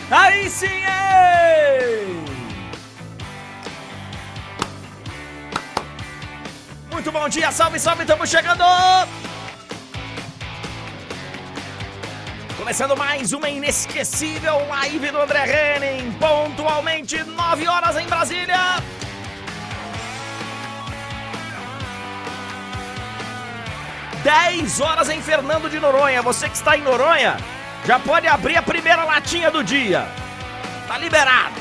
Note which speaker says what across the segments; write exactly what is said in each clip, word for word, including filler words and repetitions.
Speaker 1: Aí sim, ei! Muito bom dia, salve, salve, estamos chegando! Começando mais uma inesquecível live do André Henning, pontualmente nove horas em Brasília. dez horas em Fernando de Noronha. Você que está em Noronha, já pode abrir a primeira latinha do dia. Tá liberado.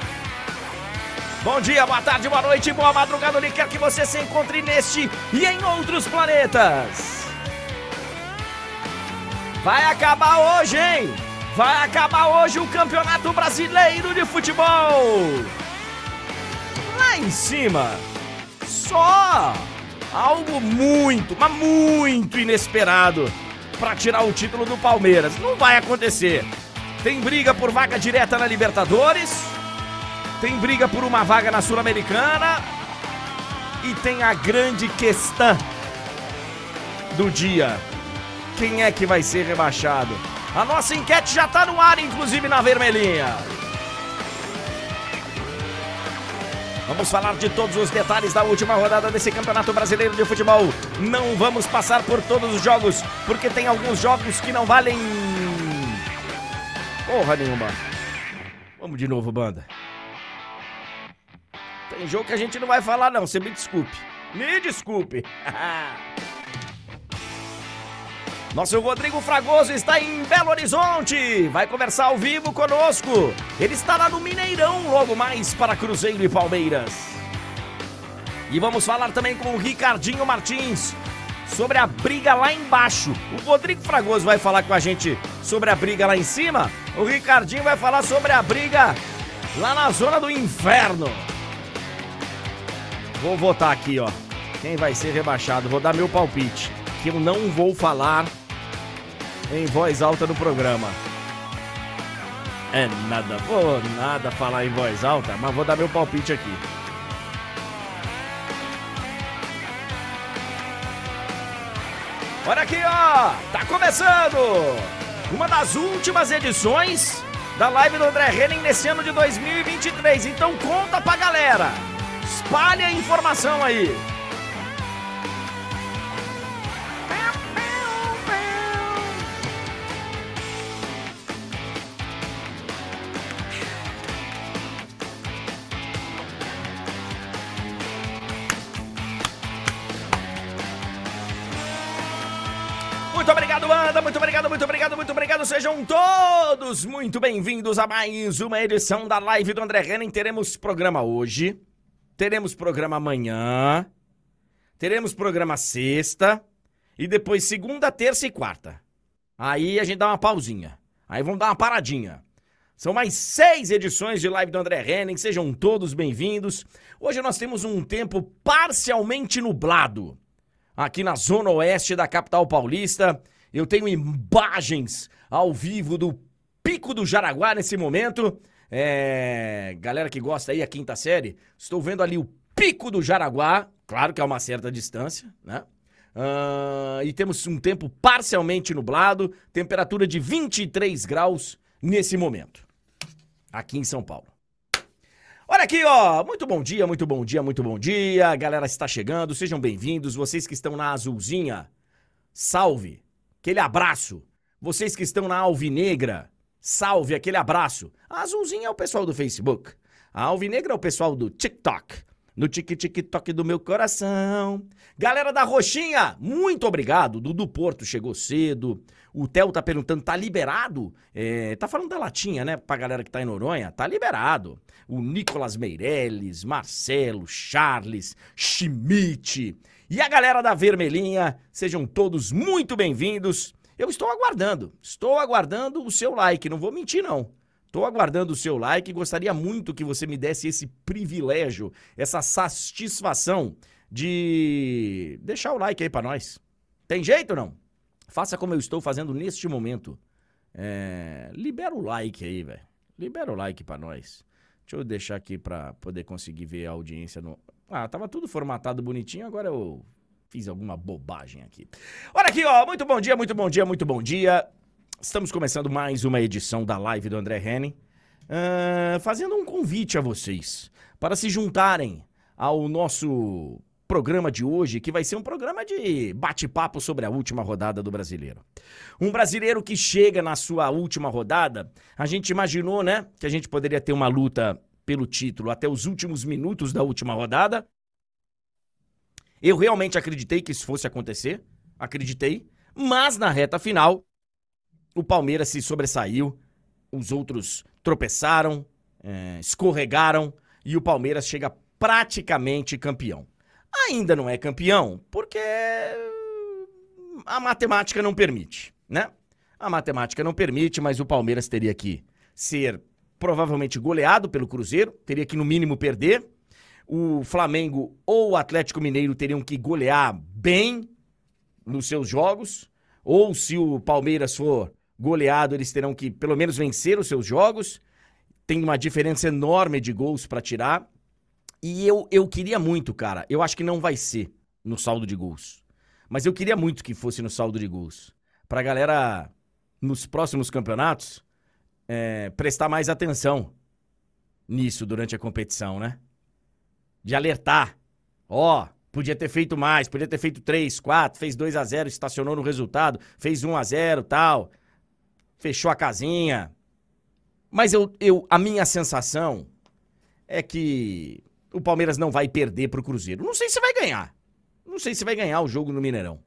Speaker 1: Bom dia, boa tarde, boa noite, boa madrugada, onde quer que você se encontre neste e em outros planetas. Vai acabar hoje, hein? Vai acabar hoje o Campeonato Brasileiro de Futebol. Lá em cima, só algo muito, mas muito inesperado para tirar o título do Palmeiras. Não vai acontecer. Tem briga por vaga direta na Libertadores, tem briga por uma vaga na Sul-Americana e tem a grande questão do dia. Quem é que vai ser rebaixado? A nossa enquete já tá no ar, inclusive na vermelhinha. Vamos falar de todos os detalhes da última rodada desse Campeonato Brasileiro de Futebol. Não vamos passar por todos os jogos, porque tem alguns jogos que não valem porra nenhuma. Vamos de novo, banda. Tem jogo que a gente não vai falar não, você me desculpe. Me desculpe. Nosso Rodrigo Fragoso está em Belo Horizonte, vai conversar ao vivo conosco. Ele estará no Mineirão logo mais para Cruzeiro e Palmeiras. E vamos falar também com o Ricardinho Martins sobre a briga lá embaixo. O Rodrigo Fragoso vai falar com a gente sobre a briga lá em cima. O Ricardinho vai falar sobre a briga lá na zona do inferno. Vou votar aqui, ó. Quem vai ser rebaixado? Vou dar meu palpite, que eu não vou falar em voz alta no programa. É nada, vou nada falar em voz alta, mas vou dar meu palpite aqui. Olha aqui, ó, tá começando uma das últimas edições da live do André Henning nesse ano de dois mil e vinte e três. Então conta pra galera, espalha a informação aí. Muito obrigado, banda, muito obrigado, muito obrigado, muito obrigado. Sejam todos muito bem-vindos a mais uma edição da live do André Henning. Teremos programa hoje, teremos programa amanhã, teremos programa sexta e depois segunda, terça e quarta. Aí a gente dá uma pausinha, aí vamos dar uma paradinha. São mais seis edições de live do André Henning, sejam todos bem-vindos. Hoje nós temos um tempo parcialmente nublado aqui na zona oeste da capital paulista. Eu tenho imagens ao vivo do Pico do Jaraguá nesse momento. É... Galera que gosta aí, a quinta série, estou vendo ali o Pico do Jaraguá. Claro que é uma certa distância, né? Uh... E temos um tempo parcialmente nublado, temperatura de vinte e três graus nesse momento, aqui em São Paulo. Olha aqui, ó, muito bom dia, muito bom dia, muito bom dia, a galera está chegando, sejam bem-vindos, vocês que estão na azulzinha, salve, aquele abraço, vocês que estão na alvinegra, salve, aquele abraço. A azulzinha é o pessoal do Facebook, a alvinegra é o pessoal do TikTok, no tic-tic-toc do meu coração. Galera da roxinha, muito obrigado, o Dudu Porto chegou cedo. O Theo tá perguntando, tá liberado? É, tá falando da latinha, né? Pra galera que tá em Noronha, tá liberado. O Nicolas Meirelles, Marcelo, Charles, Schmidt e a galera da vermelhinha, sejam todos muito bem-vindos. Eu estou aguardando, estou aguardando o seu like, não vou mentir não. Estou aguardando o seu like e gostaria muito que você me desse esse privilégio, essa satisfação de deixar o like aí pra nós. Tem jeito ou não? Faça como eu estou fazendo neste momento. É... Libera o like aí, velho. Libera o like pra nós. Deixa eu deixar aqui pra poder conseguir ver a audiência no... Ah, tava tudo formatado bonitinho, agora eu fiz alguma bobagem aqui. Olha aqui, ó. Muito bom dia, muito bom dia, muito bom dia. Estamos começando mais uma edição da live do André Henning. uh, fazendo um convite a vocês para se juntarem ao nosso programa de hoje, que vai ser um programa de bate-papo sobre a última rodada do Brasileiro. Um brasileiro que chega na sua última rodada, a gente imaginou, né, que a gente poderia ter uma luta pelo título até os últimos minutos da última rodada. Eu realmente acreditei que isso fosse acontecer, acreditei, mas na reta final, o Palmeiras se sobressaiu, os outros tropeçaram, é, escorregaram e o Palmeiras chega praticamente campeão. Ainda não é campeão, porque a matemática não permite, né? A matemática não permite, mas o Palmeiras teria que ser provavelmente goleado pelo Cruzeiro, teria que no mínimo perder. O Flamengo ou o Atlético Mineiro teriam que golear bem nos seus jogos, ou se o Palmeiras for goleado, eles terão que pelo menos vencer os seus jogos. Tem uma diferença enorme de gols para tirar. E eu, eu queria muito, cara, eu acho que não vai ser no saldo de gols, mas eu queria muito que fosse no saldo de gols, pra galera, nos próximos campeonatos, é, prestar mais atenção nisso durante a competição, né? De alertar, ó, oh, podia ter feito mais, podia ter feito três, quatro, fez dois a zero, estacionou no resultado, fez um a zero, tal, fechou a casinha. Mas eu, eu, a minha sensação é que o Palmeiras não vai perder pro Cruzeiro. Não sei se vai ganhar. Não sei se vai ganhar o jogo no Mineirão.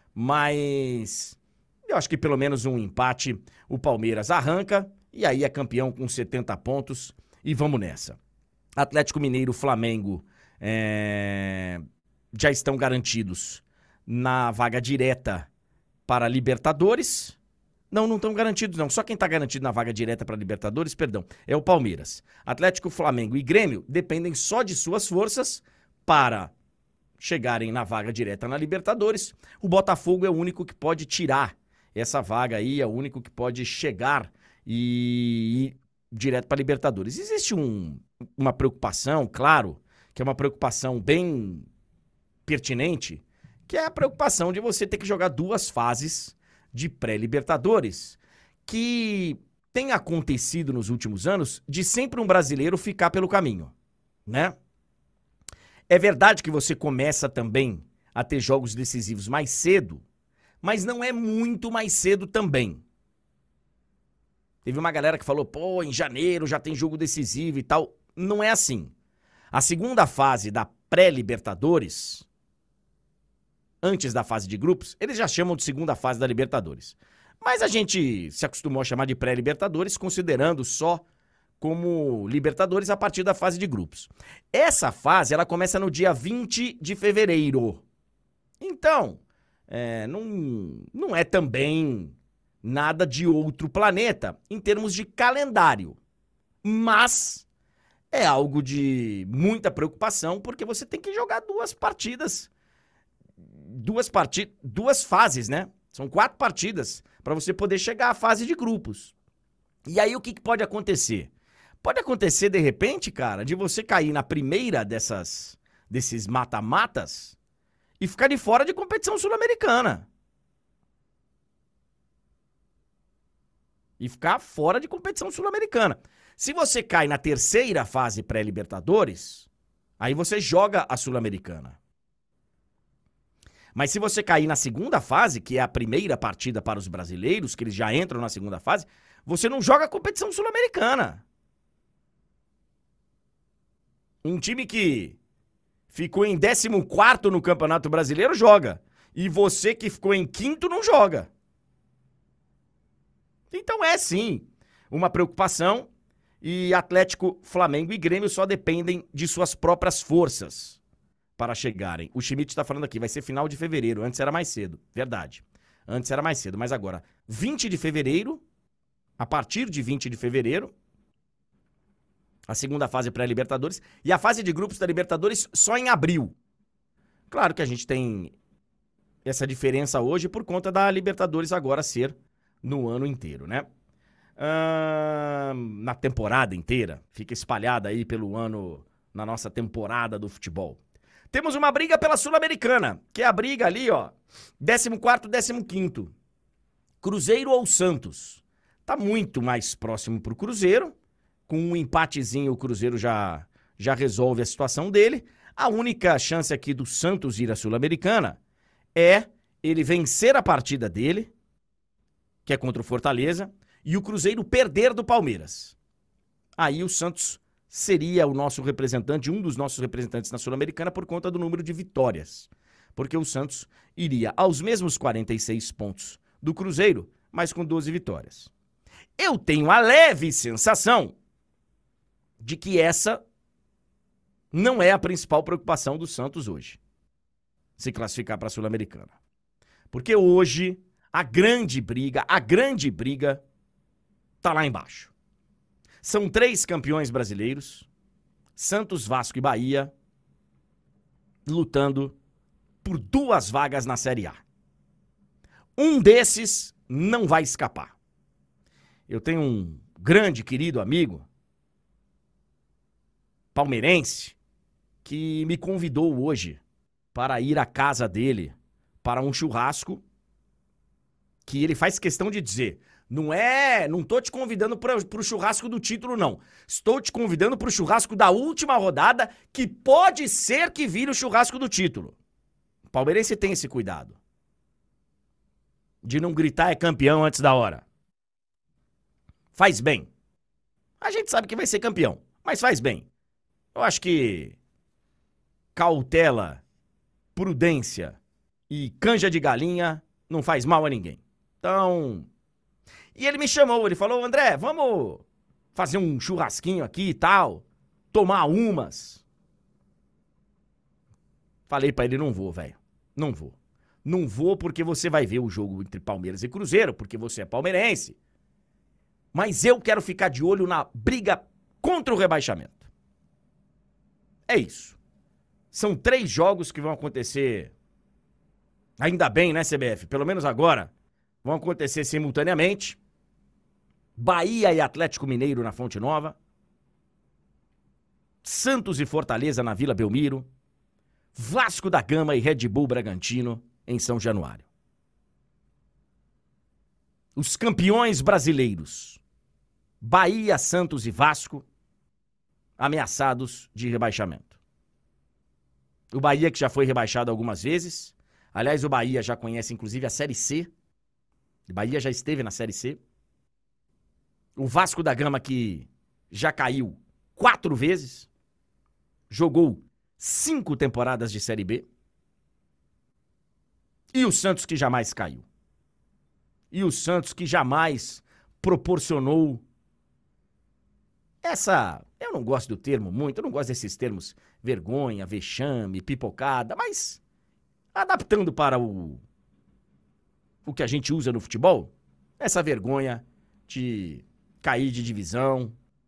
Speaker 1: Mas eu acho que pelo menos um empate o Palmeiras arranca e aí é campeão com setenta pontos e vamos nessa. Atlético Mineiro, Flamengo é... já estão garantidos na vaga direta para Libertadores. Não, não estão garantidos não. Só quem está garantido na vaga direta para Libertadores, perdão, é o Palmeiras. Atlético, Flamengo e Grêmio dependem só de suas forças para chegarem na vaga direta na Libertadores. O Botafogo é o único que pode tirar essa vaga aí, é o único que pode chegar e ir direto para Libertadores. Existe um, uma preocupação, claro, que é uma preocupação bem pertinente, que é a preocupação de você ter que jogar duas fases de pré-Libertadores, que tem acontecido nos últimos anos de sempre um brasileiro ficar pelo caminho, né? É verdade que você começa também a ter jogos decisivos mais cedo, mas não é muito mais cedo também. Teve uma galera que falou, pô, em janeiro já tem jogo decisivo e tal. Não é assim. A segunda fase da pré-Libertadores, antes da fase de grupos, eles já chamam de segunda fase da Libertadores. Mas a gente se acostumou a chamar de pré-Libertadores, considerando só como Libertadores a partir da fase de grupos. Essa fase, ela começa no dia vinte de fevereiro. Então, é, não, não é também nada de outro planeta em termos de calendário. Mas é algo de muita preocupação, porque você tem que jogar duas partidas Duas partidas, duas fases, né? São quatro partidas para você poder chegar à fase de grupos. E aí o que, que pode acontecer? Pode acontecer, de repente, cara, de você cair na primeira dessas, desses mata-matas e ficar de fora de competição sul-americana. E ficar fora de competição sul-americana. Se você cai na terceira fase pré-Libertadores, aí você joga a sul-americana. Mas se você cair na segunda fase, que é a primeira partida para os brasileiros, que eles já entram na segunda fase, você não joga a competição sul-americana. Um time que ficou em décimo quarto no Campeonato Brasileiro joga. E você que ficou em quinto não joga. Então é sim uma preocupação. E Atlético, Flamengo e Grêmio só dependem de suas próprias forças para chegarem. O Schmidt está falando aqui, vai ser final de fevereiro, antes era mais cedo. Verdade. Antes era mais cedo, mas agora, vinte de fevereiro, a partir de vinte de fevereiro, a segunda fase pré-Libertadores, e a fase de grupos da Libertadores só em abril. Claro que a gente tem essa diferença hoje por conta da Libertadores agora ser no ano inteiro, né? Hum, na temporada inteira, fica espalhada aí pelo ano, na nossa temporada do futebol. Temos uma briga pela Sul-Americana, que é a briga ali, ó, décimo quarto, décimo quinto. Cruzeiro ou Santos? Tá muito mais próximo pro Cruzeiro, Com um empatezinho, o Cruzeiro já, já resolve a situação dele. A única chance aqui do Santos ir à Sul-Americana é ele vencer a partida dele, que é contra o Fortaleza, e o Cruzeiro perder do Palmeiras. Aí o Santos seria o nosso representante, um dos nossos representantes na Sul-Americana por conta do número de vitórias. Porque o Santos iria aos mesmos quarenta e seis pontos do Cruzeiro, mas com doze vitórias. Eu tenho a leve sensação de que essa não é a principal preocupação do Santos hoje, se classificar para a Sul-Americana. Porque hoje a grande briga, a grande briga tá lá embaixo. São três campeões brasileiros, Santos, Vasco e Bahia, lutando por duas vagas na Série A. Um desses não vai escapar. Eu tenho um grande, querido amigo, palmeirense, que me convidou hoje para ir à casa dele para um churrasco que ele faz questão de dizer, não é, não tô te convidando para o churrasco do título, não. Estou te convidando para o churrasco da última rodada, que pode ser que vire o churrasco do título. O palmeirense tem esse cuidado de não gritar é campeão antes da hora. Faz bem. A gente sabe que vai ser campeão, mas faz bem. Eu acho que cautela, prudência e canja de galinha não faz mal a ninguém. Então... E ele me chamou, ele falou, André, vamos fazer um churrasquinho aqui e tal, tomar umas. Falei pra ele, não vou, velho, não vou. Não vou porque você vai ver o jogo entre Palmeiras e Cruzeiro, porque você é palmeirense. Mas eu quero ficar de olho na briga contra o rebaixamento. É isso. São três jogos que vão acontecer, ainda bem, né, C B F? Pelo menos agora, vão acontecer simultaneamente. Bahia e Atlético Mineiro na Fonte Nova. Santos e Fortaleza na Vila Belmiro. Vasco da Gama e Red Bull Bragantino em São Januário. Os campeões brasileiros, Bahia, Santos e Vasco, ameaçados de rebaixamento. O Bahia que já foi rebaixado algumas vezes. Aliás, o Bahia já conhece inclusive a Série C. O Bahia já esteve na Série C. O Vasco da Gama que já caiu quatro vezes. Jogou cinco temporadas de Série B. E o Santos que jamais caiu. E o Santos que jamais proporcionou essa... Eu não gosto do termo muito, eu não gosto desses termos vergonha, vexame, pipocada, mas adaptando para o, o que a gente usa no futebol, essa vergonha de cair de divisão.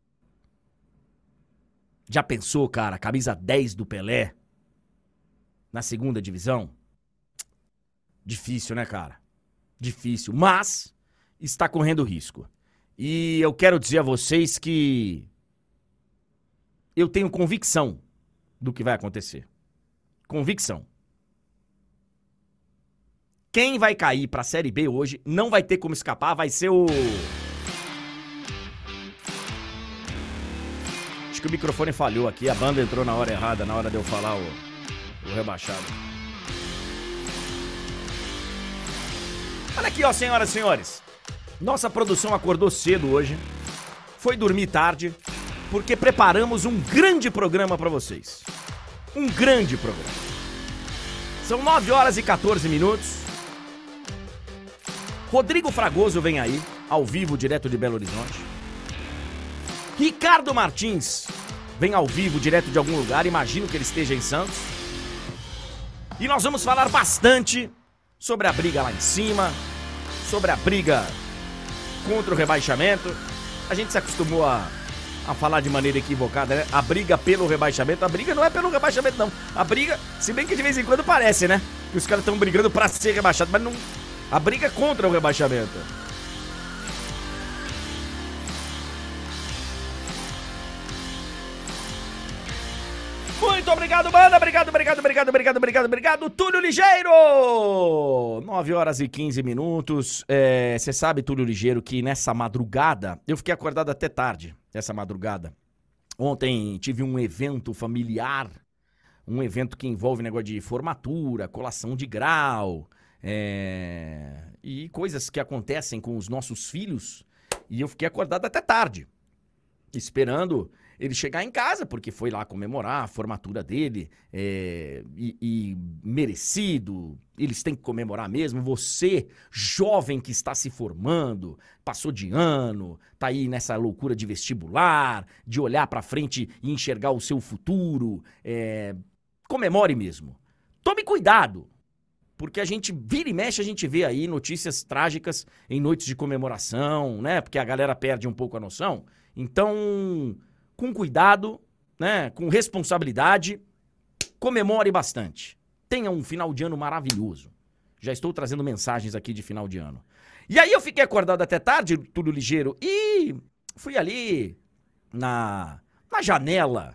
Speaker 1: Já pensou, cara, camisa dez do Pelé na segunda divisão? Difícil, né, cara? Difícil, mas está correndo risco. E eu quero dizer a vocês que eu tenho convicção do que vai acontecer. Convicção. Quem vai cair para a Série B hoje não vai ter como escapar, vai ser o... Acho que o microfone falhou aqui, a banda entrou na hora errada, na hora de eu falar o, o rebaixado. Olha aqui, ó, senhoras e senhores. Nossa produção acordou cedo hoje, foi dormir tarde, porque preparamos um grande programa para vocês. Um grande programa. São nove horas e quatorze minutos. Rodrigo Fragoso vem aí, ao vivo, direto de Belo Horizonte. Ricardo Martins vem ao vivo, direto de algum lugar, imagino que ele esteja em Santos. E nós vamos falar bastante sobre a briga lá em cima, sobre a briga contra o rebaixamento. A gente se acostumou a, a falar de maneira equivocada, né? A briga pelo rebaixamento. A briga não é pelo rebaixamento, não. A briga, se bem que de vez em quando parece, né? Que os caras estão brigando pra ser rebaixado, mas não... A briga é contra o rebaixamento. Muito obrigado, banda. Obrigado, obrigado, obrigado, obrigado, obrigado, obrigado. Túlio Ligeiro! nove horas e quinze minutos. Você é, sabe, Túlio Ligeiro, que nessa madrugada eu fiquei acordado até tarde. essa madrugada. Ontem tive um evento familiar, um evento que envolve negócio de formatura, colação de grau, é... e coisas que acontecem com os nossos filhos. E eu fiquei acordado até tarde, esperando ele chegar em casa, porque foi lá comemorar a formatura dele, é, e, e merecido, eles têm que comemorar mesmo. Você, jovem que está se formando, passou de ano, tá aí nessa loucura de vestibular, de olhar pra frente e enxergar o seu futuro, é, comemore mesmo. Tome cuidado, porque a gente vira e mexe, a gente vê aí notícias trágicas em noites de comemoração, né? Porque a galera perde um pouco a noção. Então, com cuidado, né? Com responsabilidade, comemore bastante. Tenha um final de ano maravilhoso. Já estou trazendo mensagens aqui de final de ano. E aí eu fiquei acordado até tarde, Túlio Ligeiro, e fui ali na, na janela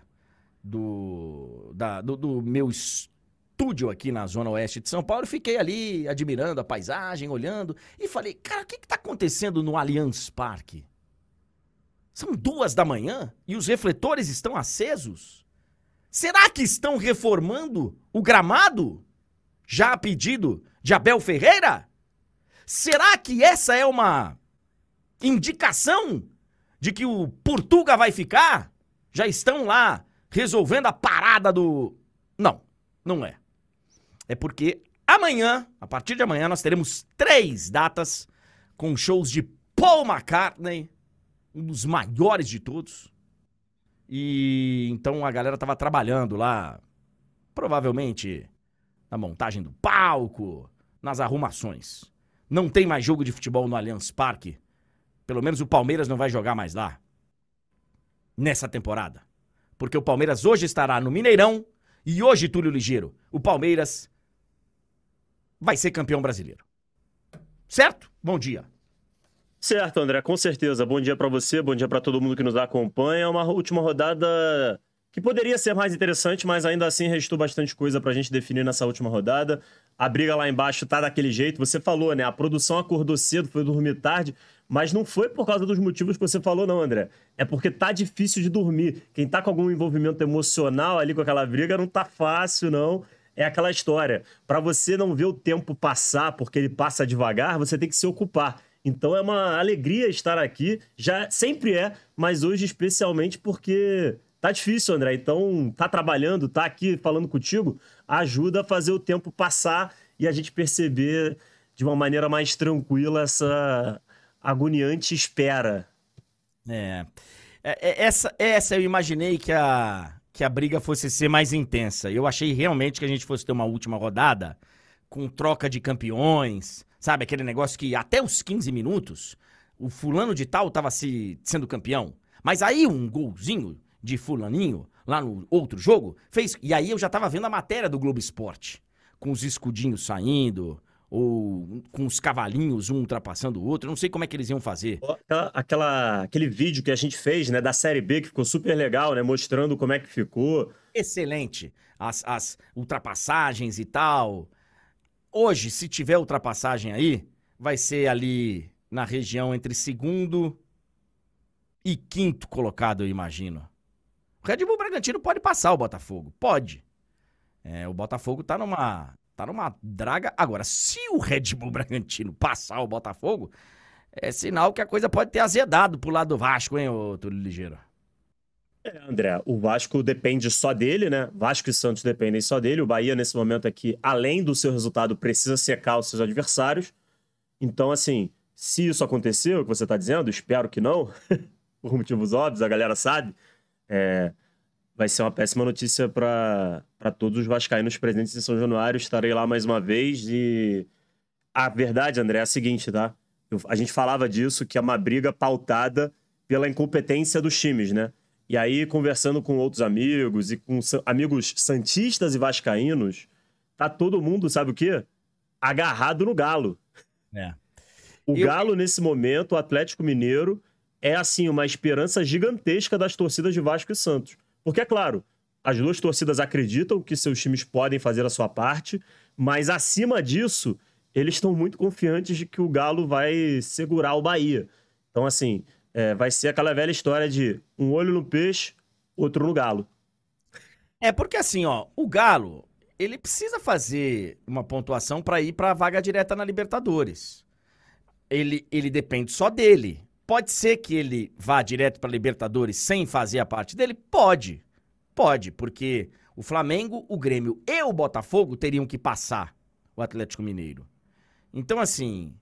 Speaker 1: do, da, do, do meu estúdio aqui na Zona Oeste de São Paulo. Fiquei ali admirando a paisagem, olhando, e falei, cara, o que está acontecendo no Allianz Parque? São duas da manhã e os refletores estão acesos? Será que estão reformando o gramado? Já a pedido de Abel Ferreira? Será que essa é uma indicação de que o Portuga vai ficar? Já estão lá resolvendo a parada do... Não, não é. É porque amanhã, a partir de amanhã, nós teremos três datas com shows de Paul McCartney, um dos maiores de todos. E então a galera tava trabalhando lá, provavelmente na montagem do palco, nas arrumações. Não tem mais jogo de futebol no Allianz Parque. Pelo menos o Palmeiras não vai jogar mais lá nessa temporada. Porque o Palmeiras hoje estará no Mineirão e hoje, Túlio Ligeiro, o Palmeiras vai ser campeão brasileiro. Certo? Bom dia.
Speaker 2: Certo, André, com certeza. Bom dia pra você, bom dia pra todo mundo que nos acompanha. Uma última rodada que poderia ser mais interessante, mas ainda assim restou bastante coisa pra gente definir nessa última rodada. A briga lá embaixo tá daquele jeito. Você falou, né? A produção acordou cedo, foi dormir tarde, mas não foi por causa dos motivos que você falou, não, André. É porque tá difícil de dormir. Quem tá com algum envolvimento emocional ali com aquela briga não tá fácil, não. É aquela história. Pra você não ver o tempo passar, porque ele passa devagar, você tem que se ocupar. Então é uma alegria estar aqui, já sempre é, mas hoje especialmente porque tá difícil, André. Então tá trabalhando, tá aqui falando contigo, ajuda a fazer o tempo passar e a gente perceber de uma maneira mais tranquila essa agoniante espera.
Speaker 1: É, é essa, essa eu imaginei que a, que a briga fosse ser mais intensa. Eu achei realmente que a gente fosse ter uma última rodada com troca de campeões. Sabe, aquele negócio que até os quinze minutos, o fulano de tal tava se, sendo campeão. Mas aí um golzinho de fulaninho, lá no outro jogo, fez... E aí eu já tava vendo a matéria do Globo Esporte, com os escudinhos saindo, ou com os cavalinhos, um ultrapassando o outro. Eu não sei como é que eles iam fazer.
Speaker 2: Aquela, aquela, aquele vídeo que a gente fez, né, da Série B, que ficou super legal, né, mostrando como é que ficou.
Speaker 1: Excelente. As, as ultrapassagens e tal... Hoje, se tiver ultrapassagem aí, vai ser ali na região entre segundo e quinto colocado, eu imagino. O Red Bull Bragantino pode passar o Botafogo, pode. É, o Botafogo tá numa, tá numa draga. Agora, se o Red Bull Bragantino passar o Botafogo, é sinal que a coisa pode ter azedado pro lado do Vasco, hein, ô Túlio Ligeiro?
Speaker 2: É, André, o Vasco depende só dele, né? Vasco e Santos dependem só dele. O Bahia, nesse momento aqui, além do seu resultado, precisa secar os seus adversários. Então, assim, se isso acontecer, o que você tá dizendo, espero que não, por motivos óbvios, a galera sabe, é, vai ser uma péssima notícia para todos os vascaínos presentes em São Januário. Estarei lá mais uma vez e a verdade, André, é a seguinte, tá? Eu, a gente falava disso, que é uma briga pautada pela incompetência dos times, né? E aí, conversando com outros amigos e com amigos santistas e vascaínos, tá todo mundo, sabe o quê? Agarrado no Galo.
Speaker 1: É.
Speaker 2: O
Speaker 1: Eu...
Speaker 2: Galo, nesse momento, o Atlético Mineiro, é, assim, uma esperança gigantesca das torcidas de Vasco e Santos. Porque, é claro, as duas torcidas acreditam que seus times podem fazer a sua parte, mas, acima disso, eles estão muito confiantes de que o Galo vai segurar o Bahia. Então, assim... é, vai ser aquela velha história de um olho no peixe, outro no galo.
Speaker 1: É porque assim, ó, o Galo, ele precisa fazer uma pontuação pra ir pra vaga direta na Libertadores. Ele, ele depende só dele. Pode ser que ele vá direto pra Libertadores sem fazer a parte dele? Pode. Pode, porque o Flamengo, o Grêmio e o Botafogo teriam que passar o Atlético Mineiro. Então, assim,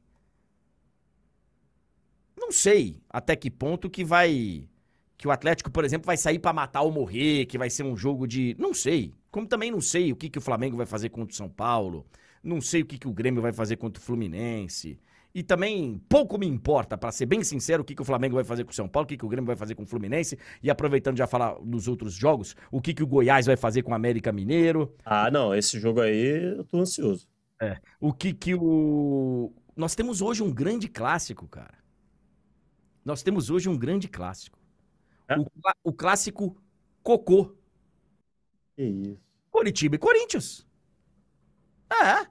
Speaker 1: não sei até que ponto que vai... Que o Atlético, por exemplo, vai sair pra matar ou morrer, que vai ser um jogo de... Não sei. Como também não sei o que, que o Flamengo vai fazer contra o São Paulo. Não sei o que, que o Grêmio vai fazer contra o Fluminense. E também pouco me importa, pra ser bem sincero, o que, que o Flamengo vai fazer com o São Paulo, o que, que o Grêmio vai fazer com o Fluminense. E aproveitando já falar dos outros jogos, o que, que o Goiás vai fazer com o América Mineiro.
Speaker 2: Ah, não, esse jogo aí eu tô ansioso.
Speaker 1: É. O que que o... Nós temos hoje um grande clássico, cara. Nós temos hoje um grande clássico.
Speaker 2: É?
Speaker 1: O, clá- o clássico Cocô.
Speaker 2: Que isso.
Speaker 1: Coritiba e Corinthians. É.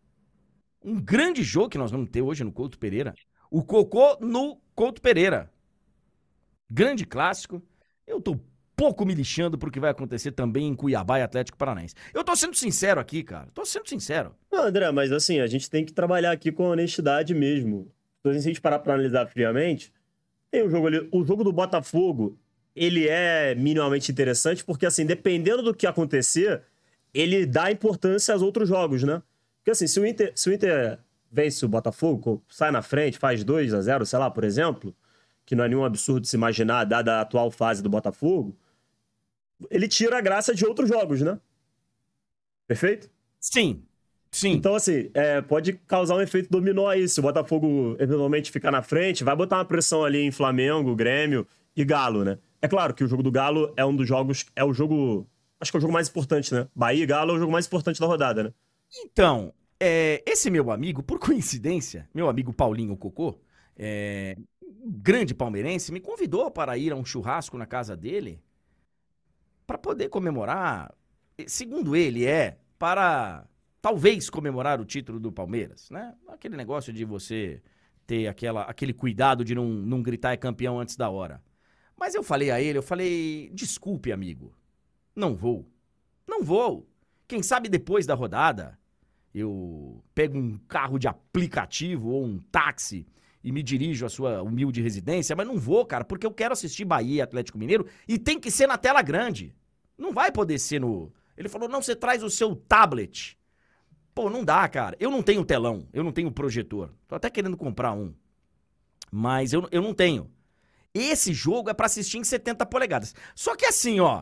Speaker 1: Um grande jogo que nós vamos ter hoje no Couto Pereira. O Cocô no Couto Pereira. Grande clássico. Eu tô pouco me lixando pro que vai acontecer também em Cuiabá e Atlético Paranaense. Eu tô sendo sincero aqui, cara. Tô sendo sincero.
Speaker 2: Não, André, mas assim, a gente tem que trabalhar aqui com honestidade mesmo. Então, se a gente parar pra analisar friamente, tem o jogo ali. O jogo do Botafogo, ele é minimamente interessante, porque assim, dependendo do que acontecer, ele dá importância aos outros jogos, né? Porque assim, se o Inter, se o Inter vence o Botafogo, sai na frente, faz dois a zero, sei lá, por exemplo, que não é nenhum absurdo se imaginar, dada a atual fase do Botafogo, ele tira a graça de outros jogos, né? Perfeito?
Speaker 1: Sim. Sim.
Speaker 2: Então, assim, é, pode causar um efeito dominó aí. Se o Botafogo eventualmente ficar na frente, vai botar uma pressão ali em Flamengo, Grêmio e Galo, né? É claro que o jogo do Galo é um dos jogos. É o jogo. Acho que é o jogo mais importante, né? Bahia e Galo é o jogo mais importante da rodada, né?
Speaker 1: Então, é, esse meu amigo, por coincidência, meu amigo Paulinho Cocô, é, um grande palmeirense, me convidou para ir a um churrasco na casa dele para poder comemorar. Segundo ele, é para talvez comemorar o título do Palmeiras, né? Aquele negócio de você ter aquela, aquele cuidado de não, não gritar é campeão antes da hora. Mas eu falei a ele, eu falei, desculpe, amigo, não vou. Não vou. Quem sabe depois da rodada, eu pego um carro de aplicativo ou um táxi e me dirijo à sua humilde residência, mas não vou, cara, porque eu quero assistir Bahia e Atlético Mineiro e tem que ser na tela grande. Não vai poder ser no... Ele falou, não, você traz o seu tablet. Pô, não dá, cara. Eu não tenho telão, eu não tenho projetor. Tô até querendo comprar um. Mas eu, eu não tenho. Esse jogo é pra assistir em setenta polegadas. Só que assim, ó,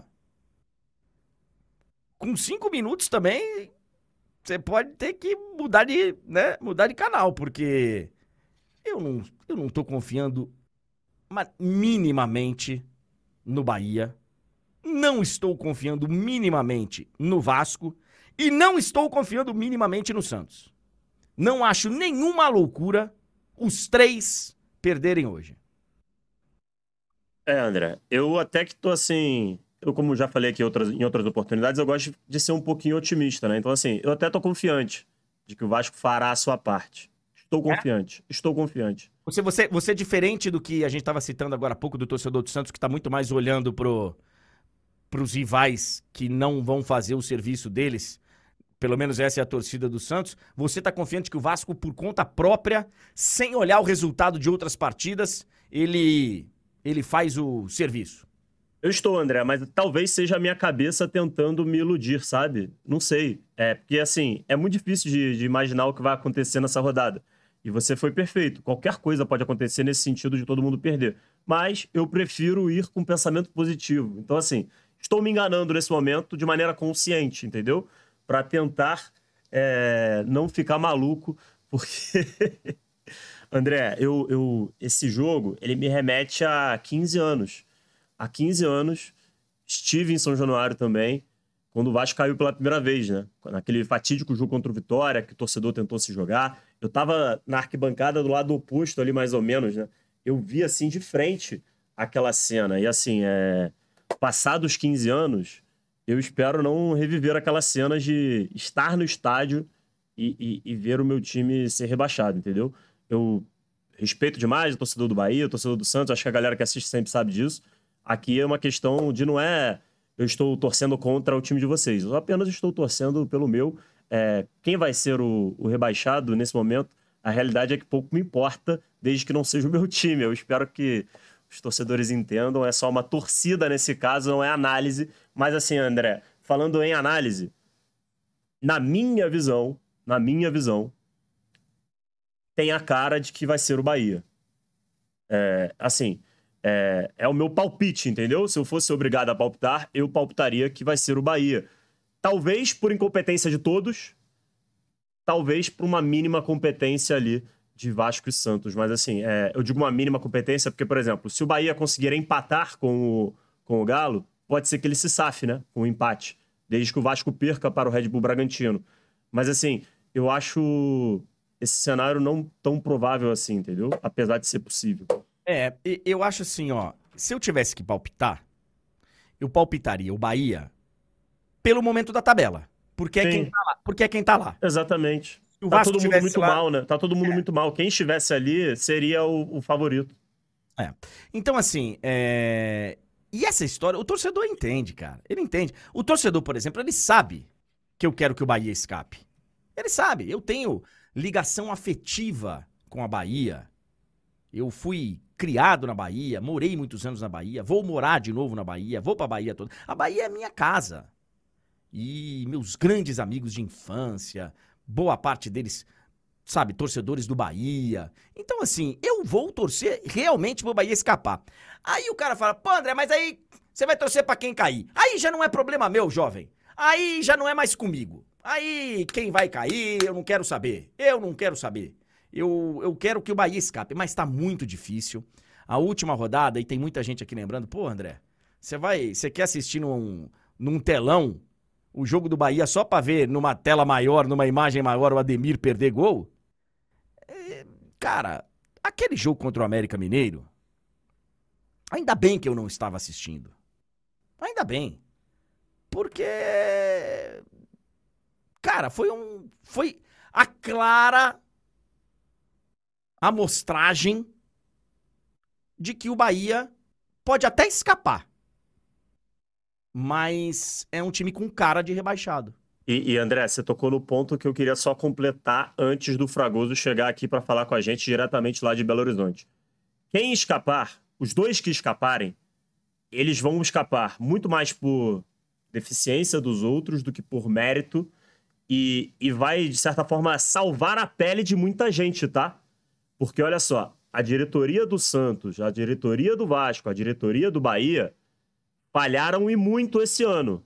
Speaker 1: com cinco minutos também, você pode ter que mudar de, né, mudar de canal, porque eu não, eu não tô confiando ma- minimamente no Bahia, não estou confiando minimamente no Vasco e não estou confiando minimamente no Santos. Não acho nenhuma loucura os três perderem hoje.
Speaker 2: É, André, eu até que tô assim. Eu, como já falei aqui outras, em outras oportunidades, eu gosto de ser um pouquinho otimista, né? Então, assim, eu até tô confiante de que o Vasco fará a sua parte. Estou confiante, estou confiante.
Speaker 1: Você, você, você é diferente do que a gente estava citando agora há pouco do torcedor do Santos, que está muito mais olhando pro, pros rivais que não vão fazer o serviço deles. Pelo menos essa é a torcida do Santos. Você está confiante que o Vasco, por conta própria, sem olhar o resultado de outras partidas, ele, ele faz o serviço?
Speaker 2: Eu estou, André, mas talvez seja a minha cabeça tentando me iludir, sabe? Não sei. É, porque assim, é muito difícil de, de imaginar o que vai acontecer nessa rodada. E você foi perfeito. Qualquer coisa pode acontecer nesse sentido de todo mundo perder. Mas eu prefiro ir com pensamento positivo. Então, assim, estou me enganando nesse momento de maneira consciente, entendeu? Para tentar é, não ficar maluco, porque. André, eu, eu, esse jogo, ele me remete a quinze anos. Há quinze anos, estive em São Januário também, quando o Vasco caiu pela primeira vez, né? Naquele fatídico jogo contra o Vitória, que o torcedor tentou se jogar. Eu tava na arquibancada do lado oposto ali, mais ou menos, né? Eu vi, assim, de frente aquela cena. E, assim, é... passados quinze anos, eu espero não reviver aquela cena de estar no estádio e, e, e ver o meu time ser rebaixado, entendeu? Eu respeito demais o torcedor do Bahia, o torcedor do Santos, acho que a galera que assiste sempre sabe disso. Aqui é uma questão de não é eu estou torcendo contra o time de vocês, eu apenas estou torcendo pelo meu. É, quem vai ser o, o rebaixado nesse momento, a realidade é que pouco me importa, desde que não seja o meu time. Eu espero que os torcedores entendam, é só uma torcida nesse caso, não é análise. Mas assim, André, falando em análise, na minha visão, na minha visão, tem a cara de que vai ser o Bahia. É, assim, é, é o meu palpite, entendeu? Se eu fosse obrigado a palpitar, eu palpitaria que vai ser o Bahia. Talvez por incompetência de todos, talvez por uma mínima competência ali de Vasco e Santos. Mas assim, é, eu digo uma mínima competência porque, por exemplo, se o Bahia conseguir empatar com o, com o Galo, pode ser que ele se safe, né? Com o empate. Desde que o Vasco perca para o Red Bull Bragantino. Mas assim, eu acho esse cenário não tão provável assim, entendeu? Apesar de ser possível.
Speaker 1: É, e- eu acho assim, ó. Se eu tivesse que palpitar, eu palpitaria o Bahia pelo momento da tabela. Porque é quem
Speaker 2: Sim,
Speaker 1: tá lá. Porque é quem tá lá.
Speaker 2: exatamente.
Speaker 1: Se o
Speaker 2: Tá
Speaker 1: Vasco
Speaker 2: todo mundo
Speaker 1: estivesse
Speaker 2: muito
Speaker 1: lá.
Speaker 2: mal, né? Tá todo mundo muito mal. Quem estivesse ali seria o, o favorito.
Speaker 1: É. Então, assim, é... e essa história, o torcedor entende, cara. Ele entende. O torcedor, por exemplo, ele sabe que eu quero que o Bahia escape. Ele sabe. Eu tenho ligação afetiva com a Bahia. Eu fui criado na Bahia, morei muitos anos na Bahia, vou morar de novo na Bahia, vou pra Bahia toda. A Bahia é minha casa. E meus grandes amigos de infância, boa parte deles, sabe, torcedores do Bahia. Então, assim, eu vou torcer realmente pro Bahia escapar. Aí o cara fala, pô, André, mas aí você vai torcer pra quem cair. Aí já não é problema meu, jovem. Aí já não é mais comigo. Aí quem vai cair, eu não quero saber. Eu não quero saber. Eu, eu quero que o Bahia escape, mas tá muito difícil. A última rodada, e tem muita gente aqui lembrando, pô, André, você vai, você quer assistir num, num telão o jogo do Bahia só pra ver numa tela maior, numa imagem maior, o Ademir perder gol? Cara, aquele jogo contra o América Mineiro, ainda bem que eu não estava assistindo. Ainda bem. Porque, cara, foi um. Foi a clara amostragem de que o Bahia pode até escapar. Mas é um time com cara de rebaixado.
Speaker 2: E, e, André, você tocou no ponto que eu queria só completar antes do Fragoso chegar aqui para falar com a gente diretamente lá de Belo Horizonte. Quem escapar, os dois que escaparem, eles vão escapar muito mais por deficiência dos outros do que por mérito e, e vai, de certa forma, salvar a pele de muita gente, tá? Porque, olha só, a diretoria do Santos, a diretoria do Vasco, a diretoria do Bahia falharam e muito esse ano.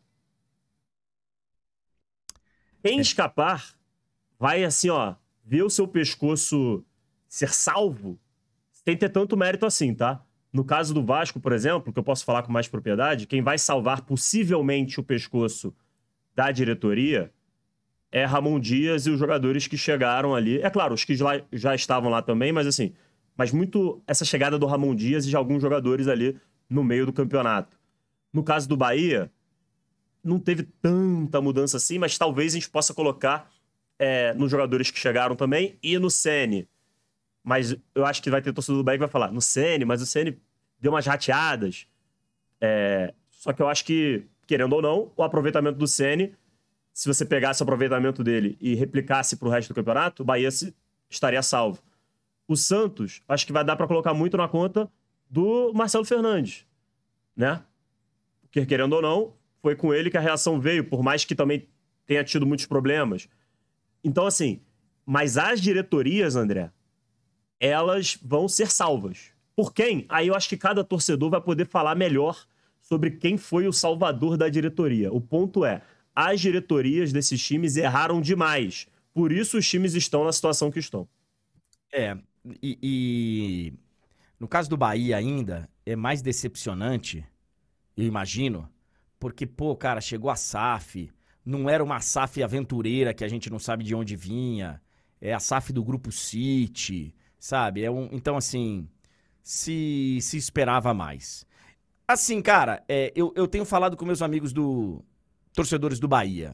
Speaker 2: Quem escapar vai, assim, ó, ver o seu pescoço ser salvo sem ter tanto mérito assim, tá? No caso do Vasco, por exemplo, que eu posso falar com mais propriedade, quem vai salvar possivelmente o pescoço da diretoria é Ramon Dias e os jogadores que chegaram ali. É claro, os que já, já estavam lá também, mas assim, mas muito essa chegada do Ramon Dias e de alguns jogadores ali no meio do campeonato. No caso do Bahia, não teve tanta mudança assim, mas talvez a gente possa colocar é, nos jogadores que chegaram também e no Ceni. Mas eu acho que vai ter torcedor do Bahia que vai falar no Ceni, mas o Ceni deu umas rateadas. É, só que eu acho que, querendo ou não, o aproveitamento do Ceni, se você pegasse o aproveitamento dele e replicasse pro resto do campeonato, o Bahia se, estaria salvo. O Santos, acho que vai dar para colocar muito na conta do Marcelo Fernandes, né? Porque, querendo ou não, foi com ele que a reação veio, por mais que também tenha tido muitos problemas. Então, assim, mas as diretorias, André, elas vão ser salvas. Por quem? Aí eu acho que cada torcedor vai poder falar melhor sobre quem foi o salvador da diretoria. O ponto é, as diretorias desses times erraram demais. Por isso os times estão na situação que estão.
Speaker 1: É, e, e no caso do Bahia ainda, é mais decepcionante, eu imagino, porque, pô, cara, chegou a SAF, não era uma SAF aventureira que a gente não sabe de onde vinha, é a SAF do Grupo City, sabe? É um, então, assim, se, se esperava mais. Assim, cara, é, eu, eu tenho falado com meus amigos do torcedores do Bahia.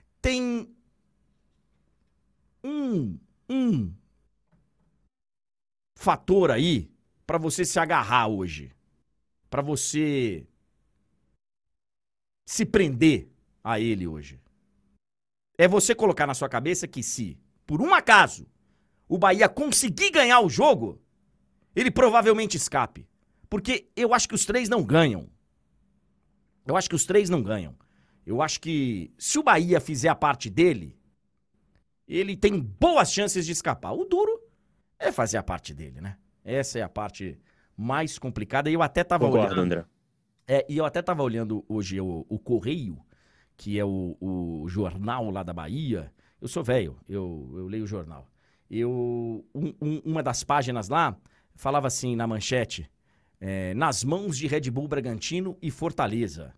Speaker 1: Tem um, um fator aí pra você se agarrar hoje? Pra você se prender a ele hoje? É você colocar na sua cabeça que se, por um acaso, o Bahia conseguir ganhar o jogo, ele provavelmente escape. Porque eu acho que os três não ganham. Eu acho que os três não ganham. Eu acho que se o Bahia fizer a parte dele, ele tem boas chances de escapar. O duro é fazer a parte dele, né? Essa é a parte mais complicada. E eu até tava
Speaker 2: Concordo,
Speaker 1: olhando...
Speaker 2: André.
Speaker 1: É, e eu até tava olhando hoje o, o Correio, que é o, o jornal lá da Bahia. Eu sou velho, eu, eu leio o jornal. Eu, um, um, uma das páginas lá falava assim na manchete, é, nas mãos de Red Bull Bragantino e Fortaleza.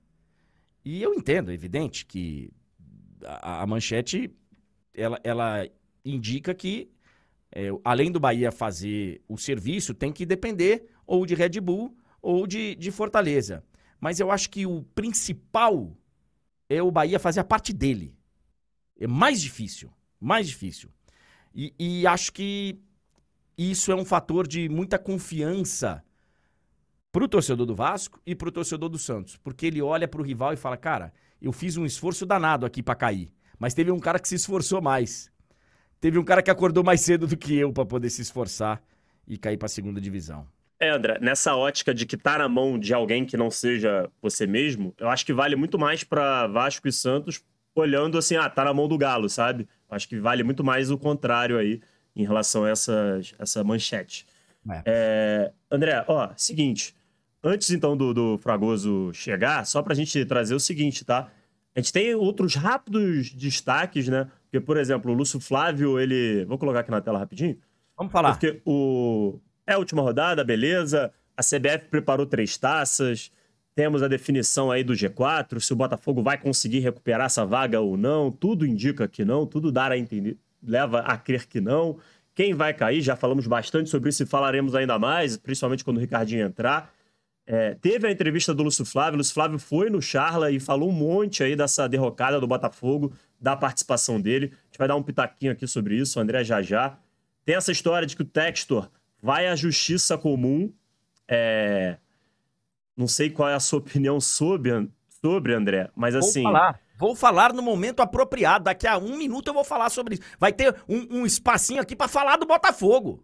Speaker 1: E eu entendo, é evidente, que a, a manchete, ela, ela indica que, é, além do Bahia fazer o serviço, tem que depender ou de Red Bull ou de, de Fortaleza. Mas eu acho que o principal é o Bahia fazer a parte dele. É mais difícil, mais difícil. E, e acho que isso é um fator de muita confiança pro torcedor do Vasco e pro torcedor do Santos. Porque ele olha pro rival e fala, cara, eu fiz um esforço danado aqui pra cair. Mas teve um cara que se esforçou mais. Teve um cara que acordou mais cedo do que eu pra poder se esforçar e cair pra segunda divisão.
Speaker 2: É, André, nessa ótica de que tá na mão de alguém que não seja você mesmo, eu acho que vale muito mais pra Vasco e Santos olhando assim, ah, tá na mão do Galo, sabe? Acho que vale muito mais o contrário aí em relação a essa, essa manchete.
Speaker 1: É.
Speaker 2: É, André, ó, seguinte, antes então do, do Fragoso chegar, só pra gente trazer o seguinte, tá? A gente tem outros rápidos destaques, né? Porque, por exemplo, o Lúcio Flávio, ele... Vou colocar aqui na tela rapidinho.
Speaker 1: Vamos falar.
Speaker 2: Porque o... É a última rodada, beleza. A C B F preparou três taças. Temos a definição aí do G quatro, se o Botafogo vai conseguir recuperar essa vaga ou não. Tudo indica que não, tudo dá a entender, leva a crer que não. Quem vai cair, já falamos bastante sobre isso e falaremos ainda mais, principalmente quando o Ricardinho entrar. É, teve a entrevista do Lúcio Flávio, o Lúcio Flávio foi no Charla e falou um monte aí dessa derrocada do Botafogo, da participação dele. A gente vai dar um pitaquinho aqui sobre isso, o André já já. Tem essa história de que o Textor vai à justiça comum. É... Não sei qual é a sua opinião sobre, sobre André, mas assim...
Speaker 1: Vou falar. Vou falar no momento apropriado. Daqui a um minuto eu vou falar sobre isso. Vai ter um, um espacinho aqui pra falar do Botafogo.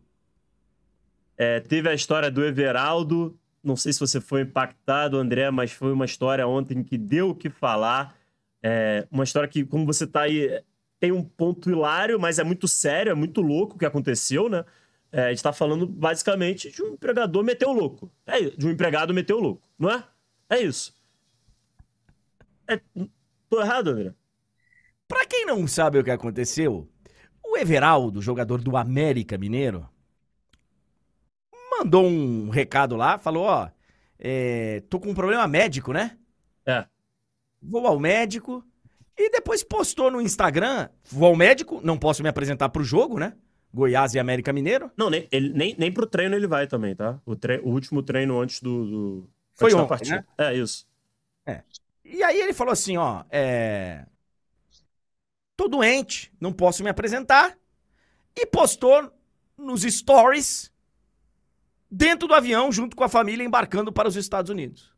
Speaker 2: É, teve a história do Everaldo. Não sei se você foi impactado, André, mas foi uma história ontem que deu o que falar. É, uma história que, como você tá aí, tem um ponto hilário, mas é muito sério, é muito louco o que aconteceu, né? É, a gente tá falando basicamente de um empregador meteu louco. É isso, de um empregado meteu louco, não é? É isso. É, tô errado, André?
Speaker 1: Pra quem não sabe o que aconteceu, o Everaldo, jogador do América Mineiro, mandou um recado lá, falou, ó, é, tô com um problema médico, né?
Speaker 2: É.
Speaker 1: Vou ao médico e depois postou no Instagram, vou ao médico, não posso me apresentar pro jogo, né? Goiás e América Mineiro.
Speaker 2: Não, nem, ele, nem, nem pro treino ele vai também, tá? O, tre o último treino antes do... do...
Speaker 1: Foi
Speaker 2: antes da
Speaker 1: ontem,
Speaker 2: partida.
Speaker 1: né?
Speaker 2: É, isso.
Speaker 1: É. E aí ele falou assim, ó, é... tô doente, não posso me apresentar. E postou nos stories dentro do avião, junto com a família, embarcando para os Estados Unidos.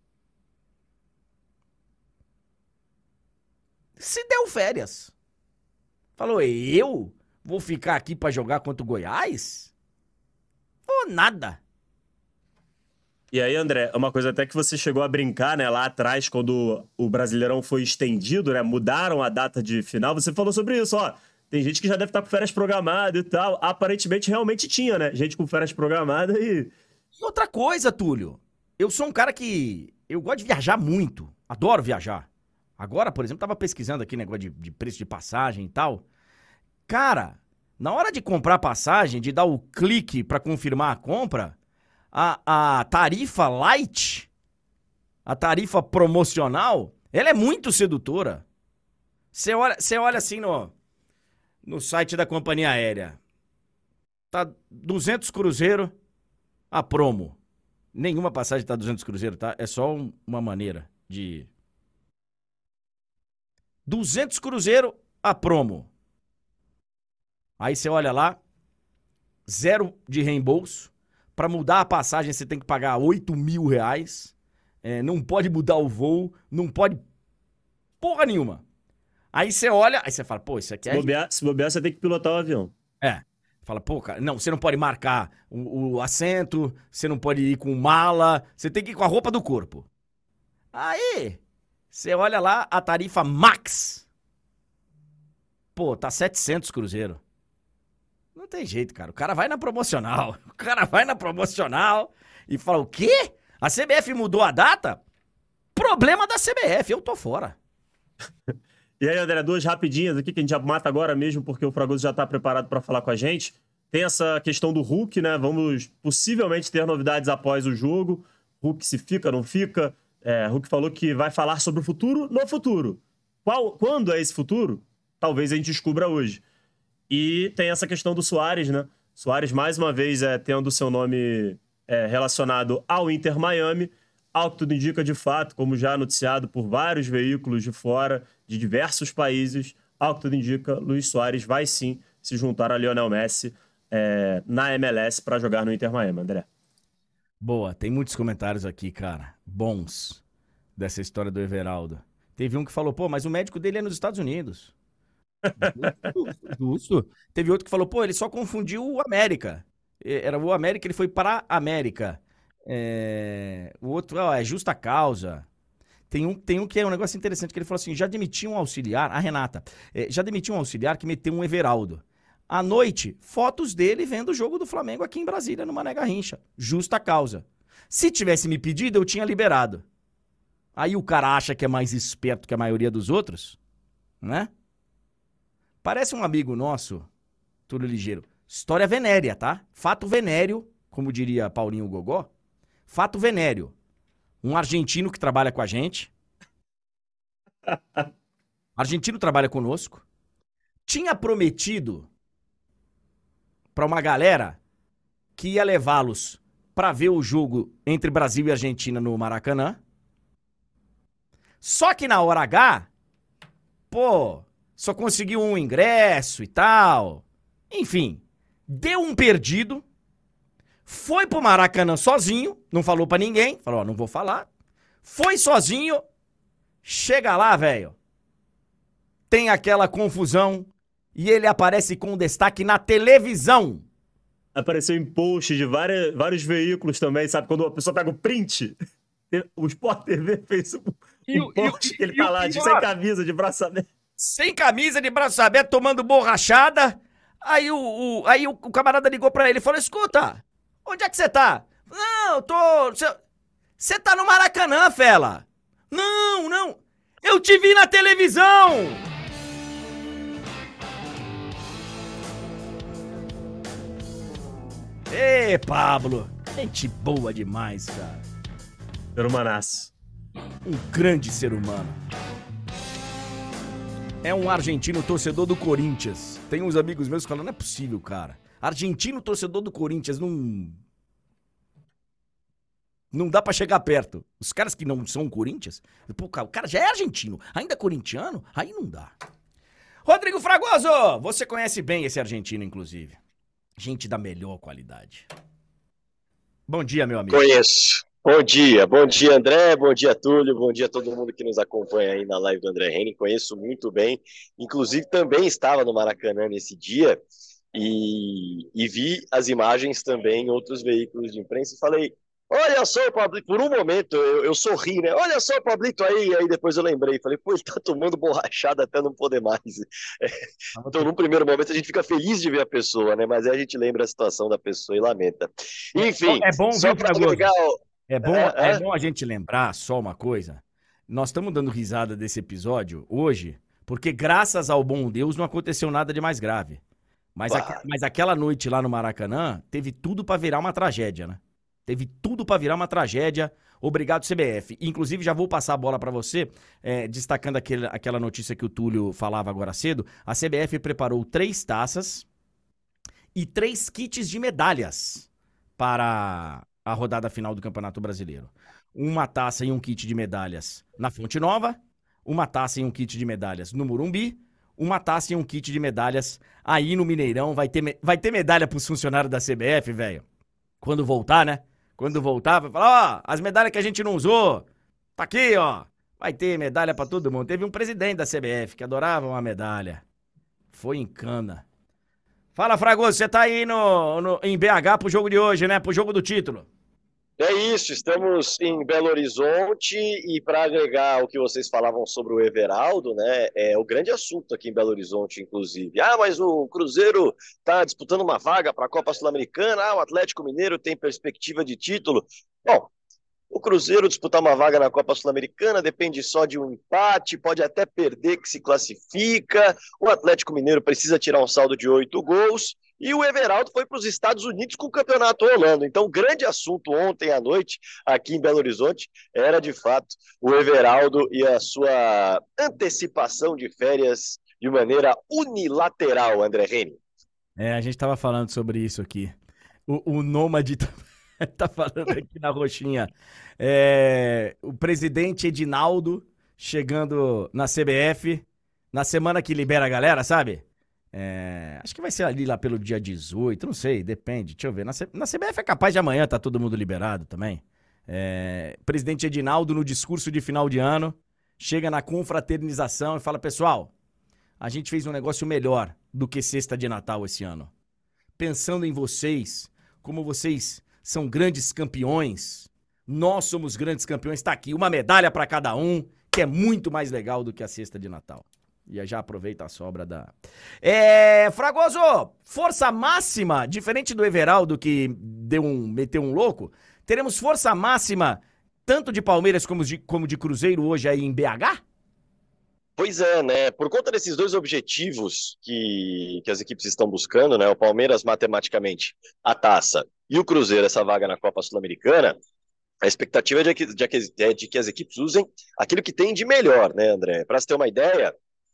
Speaker 1: Se deu férias. Falou, eu vou ficar aqui para jogar contra o Goiás? Ou nada.
Speaker 2: E aí, André, uma coisa até que você chegou a brincar, né, lá atrás, quando o Brasileirão foi estendido, né, mudaram a data de final, você falou sobre isso, ó, tem gente que já deve estar com férias programadas e tal, aparentemente realmente tinha, né, gente com férias programadas e...
Speaker 1: E outra coisa, Túlio, eu sou um cara que, eu gosto de viajar muito, adoro viajar. Agora, por exemplo, tava pesquisando aqui negócio de, de preço de passagem e tal. Cara, na hora de comprar passagem, de dar o clique pra confirmar a compra, a, a tarifa light, a tarifa promocional, ela é muito sedutora. Você olha, você olha assim no, no site da companhia aérea, tá duzentos cruzeiro a promo. Nenhuma passagem tá duzentos cruzeiro, tá? É só um, uma maneira de... duzentos cruzeiro a promo. Aí você olha lá, zero de reembolso. Pra mudar a passagem, você tem que pagar oito mil reais. É, não pode mudar o voo, não pode porra nenhuma. Aí você olha, aí você fala, pô, isso aqui é...
Speaker 2: Se bobear, se bobear, você tem que pilotar o avião.
Speaker 1: É. Fala, pô, cara, não, você não pode marcar o, o assento, você não pode ir com mala, você tem que ir com a roupa do corpo. Aí, você olha lá a tarifa Max. Pô, tá setecentos cruzeiro. Não tem jeito, cara. O cara vai na promocional. O cara vai na promocional e fala, o quê? A C B F mudou a data? Problema da C B F, eu tô fora.
Speaker 2: E aí, André, duas rapidinhas aqui que a gente já mata agora mesmo, porque o Fragoso já tá preparado para falar com a gente. Tem essa questão do Hulk, né? Vamos possivelmente ter novidades após o jogo. Hulk se fica, não fica. É, Hulk falou que vai falar sobre o futuro no futuro. Qual, quando é esse futuro? Talvez a gente descubra hoje. E tem essa questão do Suárez, né? Suárez, mais uma vez, é, tendo seu nome é, relacionado ao Inter Miami. Ao que tudo indica, de fato, como já noticiado por vários veículos de fora, de diversos países, ao que tudo indica, Luis Suárez vai sim se juntar a Lionel Messi é, na M L S para jogar no Inter Miami, André.
Speaker 1: Boa, tem muitos comentários aqui, cara, bons, dessa história do Everaldo. Teve um que falou, pô, mas o médico dele é nos Estados Unidos. Justo, justo. Teve outro que falou, pô, ele só confundiu o América. Era o América, ele foi para a América. É... O outro, ó, é justa causa. Tem um, tem um que é um negócio interessante, que ele falou assim, já demitiu um auxiliar, a Renata, é, já demitiu um auxiliar que meteu um Everaldo. À noite, fotos dele vendo o jogo do Flamengo aqui em Brasília, no Mané Garrincha. Justa causa. Se tivesse me pedido, eu tinha liberado. Aí o cara acha que é mais esperto que a maioria dos outros, né? Parece um amigo nosso, Túlio Ligeiro. História venérea, tá? Fato venéreo, como diria Paulinho Gogó. Fato venéreo. Um argentino que trabalha com a gente. Argentino trabalha conosco. Tinha prometido para uma galera que ia levá-los para ver o jogo entre Brasil e Argentina no Maracanã. Só que na hora H, pô, só conseguiu um ingresso e tal. Enfim, deu um perdido. Foi pro Maracanã sozinho, não falou pra ninguém, falou, ó, não vou falar. Foi sozinho, chega lá, velho. Tem aquela confusão e ele aparece com destaque na televisão.
Speaker 2: Apareceu em post de várias, vários veículos também, sabe? Quando a pessoa pega o print, o Sport T V fez um,
Speaker 1: E
Speaker 2: um
Speaker 1: o-
Speaker 2: post
Speaker 1: e o-
Speaker 2: que ele
Speaker 1: e
Speaker 2: tá
Speaker 1: o
Speaker 2: lá, de,
Speaker 1: pior-
Speaker 2: sem camisa, de braço aberto.
Speaker 1: Sem camisa, de braço aberto, tomando borrachada. Aí o, o- aí o, o camarada ligou pra ele e falou, escuta, onde é que você tá? Não, eu tô... Você tá no Maracanã, fela. Não, não. Eu te vi na televisão. Ê, Pablo. Gente boa demais, cara.
Speaker 2: Ser humanaço.
Speaker 1: Um grande ser humano. É um argentino torcedor do Corinthians. Tem uns amigos meus que falam, não é possível, cara. Argentino torcedor do Corinthians, não... Não dá pra chegar perto. Os caras que não são Corinthians, pô, o cara já é argentino, ainda é corintiano, aí não dá. Rodrigo Fragoso, você conhece bem esse argentino, inclusive. Gente da melhor qualidade. Bom dia, meu amigo.
Speaker 3: Conheço. Bom dia, bom dia André, bom dia Túlio, bom dia a todo mundo que nos acompanha aí na live do André Henning, conheço muito bem, inclusive também estava no Maracanã nesse dia e, e vi as imagens também em outros veículos de imprensa e falei, olha só o Pablito, por um momento eu, eu sorri, né, olha só o Pablito aí, aí depois eu lembrei, falei, pô, ele tá tomando borrachada até não poder mais. Então, num primeiro momento, a gente fica feliz de ver a pessoa, né? Mas aí a gente lembra a situação da pessoa e lamenta. Enfim,
Speaker 1: É bom,
Speaker 3: só
Speaker 1: viu,
Speaker 3: para
Speaker 1: Fragoso?
Speaker 3: agregar...
Speaker 1: É bom,
Speaker 3: É,
Speaker 1: é
Speaker 3: é.
Speaker 1: bom a gente lembrar só uma coisa. Nós estamos dando risada desse episódio hoje, porque graças ao bom Deus não aconteceu nada de mais grave. Mas,
Speaker 3: Claro.
Speaker 1: aque- mas aquela noite lá no Maracanã teve tudo pra virar uma tragédia, né? Teve tudo pra virar uma tragédia. Obrigado, C B F. Inclusive, já vou passar a bola pra você, é, destacando aquele, aquela notícia que o Túlio falava agora cedo. A C B F preparou três taças e três kits de medalhas para a rodada final do Campeonato Brasileiro. Uma taça e um kit de medalhas na Fonte Nova, uma taça e um kit de medalhas no Morumbi, uma taça e um kit de medalhas aí no Mineirão. Vai ter, me- vai ter medalha pros funcionários da C B F, velho. Quando voltar, né? Quando voltar, vai falar, ó, as medalhas que a gente não usou, tá aqui, ó. Vai ter medalha pra todo mundo. Teve um presidente da C B F que adorava uma medalha. Foi em cana. Fala, Fragoso, você tá aí no, no, em B H pro jogo de hoje, né? Pro jogo do título.
Speaker 3: É isso, estamos em Belo Horizonte e para agregar o que vocês falavam sobre o Everaldo, né, é o grande assunto aqui em Belo Horizonte, inclusive. Ah, mas o Cruzeiro está disputando uma vaga para a Copa Sul-Americana, ah, o Atlético Mineiro tem perspectiva de título. Bom, o Cruzeiro disputar uma vaga na Copa Sul-Americana depende só de um empate, pode até perder que se classifica. O Atlético Mineiro precisa tirar um saldo de oito gols. E o Everaldo foi para os Estados Unidos com o campeonato rolando. Então, o grande assunto ontem à noite, aqui em Belo Horizonte, era de fato o Everaldo e a sua antecipação de férias de maneira unilateral, André Reni.
Speaker 1: É, a gente tava falando sobre isso aqui. O, o Nômade tá, tá falando aqui na roxinha. É, o presidente Edinaldo chegando na C B F na semana que libera a galera, sabe? É, acho que vai ser ali lá pelo dia dezoito, não sei, depende, deixa eu ver. Na, C... na C B F é capaz de amanhã tá todo mundo liberado também. É, presidente Edinaldo, no discurso de final de ano, chega na confraternização e fala, pessoal, a gente fez um negócio melhor do que cesta de Natal esse ano. Pensando em vocês, como vocês são grandes campeões, nós somos grandes campeões, tá aqui, uma medalha para cada um, que é muito mais legal do que a cesta de Natal. E aí já aproveita a sobra da... É, Fragoso, força máxima, diferente do Everaldo que deu um, meteu um louco, teremos força máxima tanto de Palmeiras como de, como de Cruzeiro hoje aí em B H?
Speaker 3: Pois é, né? Por conta desses dois objetivos que, que as equipes estão buscando, né? O Palmeiras matematicamente a taça e o Cruzeiro essa vaga na Copa Sul-Americana, a expectativa é de que, de, que, é de que as equipes usem aquilo que tem de melhor, né, André? Para você ter uma ideia,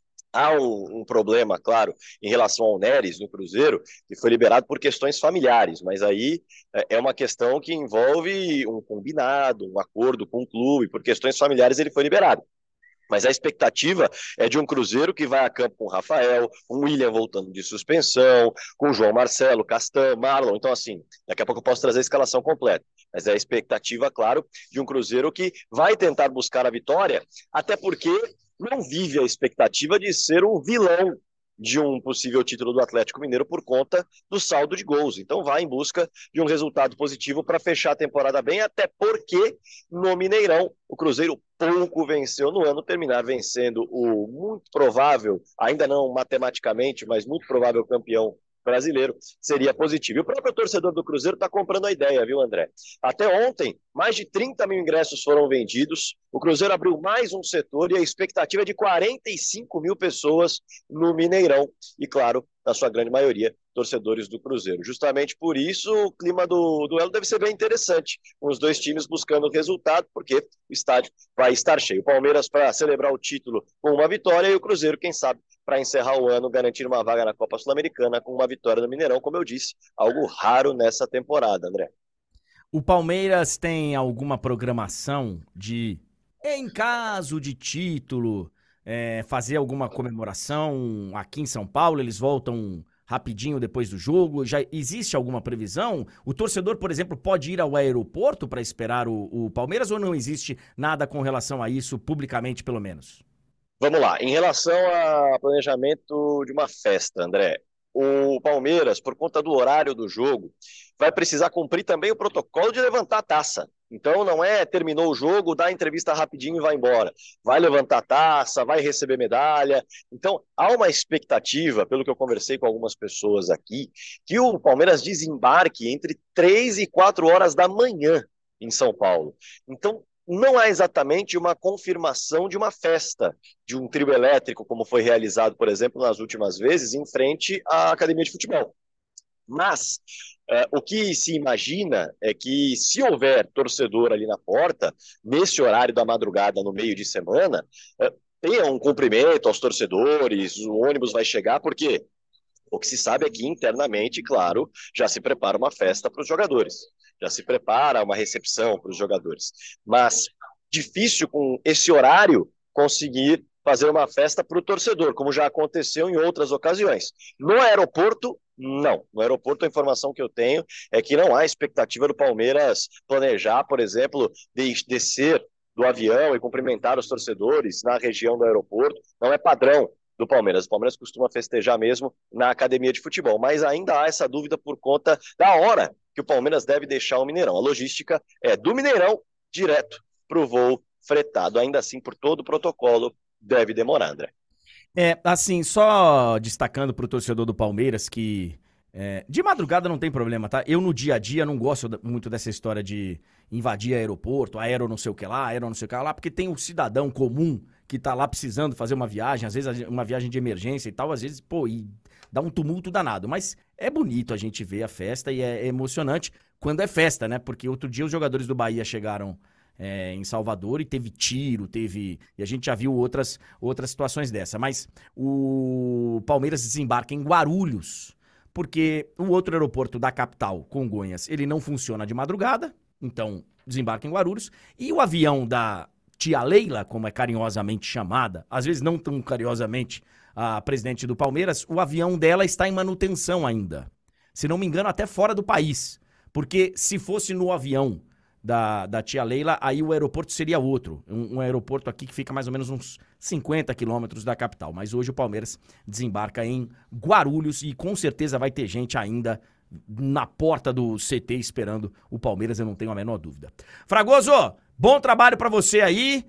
Speaker 3: há um, um problema, claro, em relação ao Neres no Cruzeiro, que foi liberado por questões familiares, mas aí é uma questão que envolve um combinado, um acordo com o clube, por questões familiares ele foi liberado. Mas a expectativa é de um Cruzeiro que vai a campo com o Rafael, com o William voltando de suspensão, com o João Marcelo, Castan, Marlon. Então, assim, daqui a pouco eu posso trazer a escalação completa. Mas é a expectativa, claro, de um Cruzeiro que vai tentar buscar a vitória, até porque não vive a expectativa de ser um vilão de um possível título do Atlético Mineiro por conta do saldo de gols. Então vai em busca de um resultado positivo para fechar a temporada bem, até porque no Mineirão o Cruzeiro pouco venceu no ano, terminar vencendo o muito provável, ainda não matematicamente, mas muito provável campeão brasileiro, seria positivo. E o próprio torcedor do Cruzeiro está comprando a ideia, viu, André? Até ontem, mais de trinta mil ingressos foram vendidos, o Cruzeiro abriu mais um setor e a expectativa é de quarenta e cinco mil pessoas no Mineirão. E, claro, na sua grande maioria, torcedores do Cruzeiro. Justamente por isso, o clima do duelo deve ser bem interessante, com os dois times buscando resultado, porque o estádio vai estar cheio. O Palmeiras para celebrar o título com uma vitória e o Cruzeiro, quem sabe, para encerrar o ano, garantir uma vaga na Copa Sul-Americana com uma vitória no Mineirão, como eu disse, algo raro nessa temporada, André.
Speaker 1: O Palmeiras tem alguma programação de, em caso de título, é, fazer alguma comemoração aqui em São Paulo? Eles voltam rapidinho depois do jogo? Já existe alguma previsão? O torcedor, por exemplo, pode ir ao aeroporto para esperar o, o Palmeiras ou não existe nada com relação a isso, publicamente pelo menos?
Speaker 3: Vamos lá, em relação ao planejamento de uma festa, André, o Palmeiras, por conta do horário do jogo, vai precisar cumprir também o protocolo de levantar a taça. Então não é terminou o jogo, dá a entrevista rapidinho e vai embora. Vai levantar a taça, vai receber medalha. Então há uma expectativa, pelo que eu conversei com algumas pessoas aqui, que o Palmeiras desembarque entre três e quatro horas da manhã em São Paulo. Então não há exatamente uma confirmação de uma festa, de um trio elétrico, como foi realizado, por exemplo, nas últimas vezes, em frente à academia de futebol. Mas uh, o que se imagina é que, se houver torcedor ali na porta, nesse horário da madrugada, no meio de semana, uh, tenha um cumprimento aos torcedores, o ônibus vai chegar, porque o que se sabe é que internamente, claro, já se prepara uma festa para os jogadores, já se prepara uma recepção para os jogadores. Mas difícil com esse horário conseguir fazer uma festa para o torcedor, como já aconteceu em outras ocasiões. No aeroporto, não. No aeroporto, a informação que eu tenho é que não há expectativa do Palmeiras planejar, por exemplo, de descer do avião e cumprimentar os torcedores na região do aeroporto. Não é padrão do Palmeiras. O Palmeiras costuma festejar mesmo na academia de futebol, mas ainda há essa dúvida por conta da hora que o Palmeiras deve deixar o Mineirão. A logística é do Mineirão direto para o voo fretado. Ainda assim, por todo o protocolo, deve demorar, André.
Speaker 1: É, assim, só destacando pro torcedor do Palmeiras que é, de madrugada não tem problema, tá? Eu no dia a dia não gosto muito dessa história de invadir aeroporto, aero não sei o que lá, aero não sei o que lá, porque tem o cidadão comum que tá lá precisando fazer uma viagem, às vezes uma viagem de emergência e tal, às vezes, pô, e dá um tumulto danado. Mas é bonito a gente ver a festa e é emocionante quando é festa, né? Porque outro dia os jogadores do Bahia chegaram É, em Salvador e teve tiro, teve... E a gente já viu outras, outras situações dessa. Mas o Palmeiras desembarca em Guarulhos, porque o outro aeroporto da capital, Congonhas, ele não funciona de madrugada, então desembarca em Guarulhos. E o avião da tia Leila, como é carinhosamente chamada, às vezes não tão carinhosamente a presidente do Palmeiras, o avião dela está em manutenção ainda. Se não me engano, até fora do país. Porque se fosse no avião Da, da tia Leila, aí o aeroporto seria outro. Um, um aeroporto aqui que fica mais ou menos uns cinquenta quilômetros da capital. Mas hoje o Palmeiras desembarca em Guarulhos e com certeza vai ter gente ainda na porta do C T esperando o Palmeiras, eu não tenho a menor dúvida. Fragoso, bom trabalho pra você aí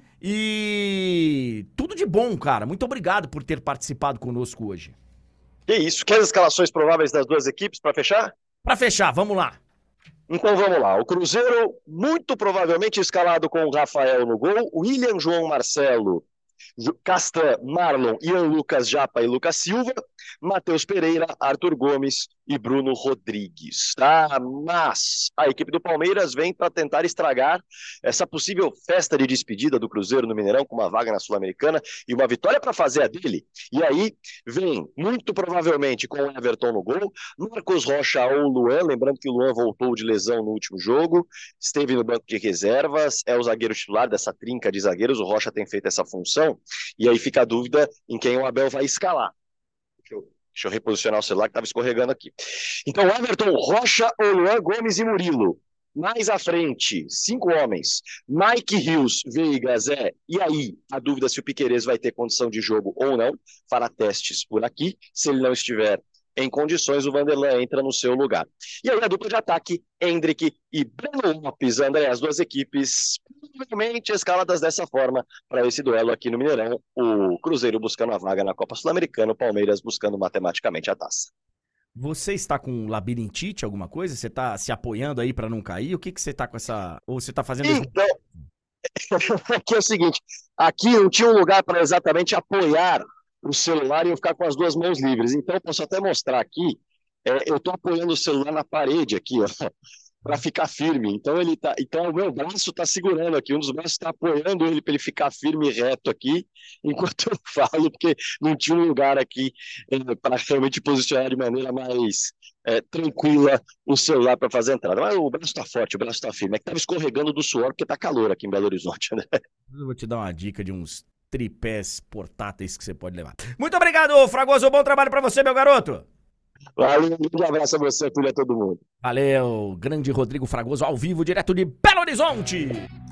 Speaker 1: e tudo de bom, cara. Muito obrigado por ter participado conosco hoje.
Speaker 3: Que isso, quer as escalações prováveis das duas equipes para fechar?
Speaker 1: Pra fechar, vamos lá.
Speaker 3: Então vamos lá, o Cruzeiro muito provavelmente escalado com o Rafael no gol, William, João Marcelo, Castan, Marlon, Ian Lucas, Japa e Lucas Silva, Matheus Pereira, Arthur Gomes e Bruno Rodrigues, tá? Mas a equipe do Palmeiras vem para tentar estragar essa possível festa de despedida do Cruzeiro no Mineirão, com uma vaga na Sul-Americana e uma vitória para fazer a dele. E aí vem, muito provavelmente, com o Everton no gol, Marcos Rocha ou Luan, lembrando que o Luan voltou de lesão no último jogo, esteve no banco de reservas, é o zagueiro titular dessa trinca de zagueiros, o Rocha tem feito essa função, e aí fica a dúvida em quem o Abel vai escalar. Deixa eu, deixa eu reposicionar o celular que estava escorregando aqui. Então, Everton, Rocha, Luan, Gomes e Murilo. Mais à frente, cinco homens. Mike Rios, Veiga, Zé. E aí, a dúvida se o Piquerez vai ter condição de jogo ou não. Fará testes por aqui. Se ele não estiver em condições, o Vanderlan entra no seu lugar. E aí a dupla de ataque, Hendrick e Breno Lopes, André, as duas equipes provavelmente escaladas dessa forma para esse duelo aqui no Mineirão, o Cruzeiro buscando a vaga na Copa Sul-Americana, o Palmeiras buscando matematicamente a taça.
Speaker 1: Você está com labirintite, alguma coisa? Você está se apoiando aí para não cair? O que que você está com essa... Ou você está fazendo...
Speaker 3: Então, aqui é o seguinte, aqui não tinha um lugar para exatamente apoiar o celular e eu ficar com as duas mãos livres. Então, eu posso até mostrar aqui, é, eu estou apoiando o celular na parede aqui, ó, para ficar firme. Então, ele tá, então, o meu braço está segurando aqui, um dos braços está apoiando ele para ele ficar firme e reto aqui, enquanto eu falo, porque não tinha um lugar aqui é, para realmente posicionar de maneira mais é, tranquila o celular para fazer a entrada. Mas o braço está forte, o braço está firme. É que estava escorregando do suor, porque está calor aqui em Belo Horizonte, né?
Speaker 1: Eu vou te dar uma dica de uns tripés portáteis que você pode levar. Muito obrigado, Fragoso. Bom trabalho pra você, meu garoto.
Speaker 3: Valeu, um grande abraço a você, Túlio, a todo mundo.
Speaker 1: Valeu, grande Rodrigo Fragoso, ao vivo, direto de Belo Horizonte.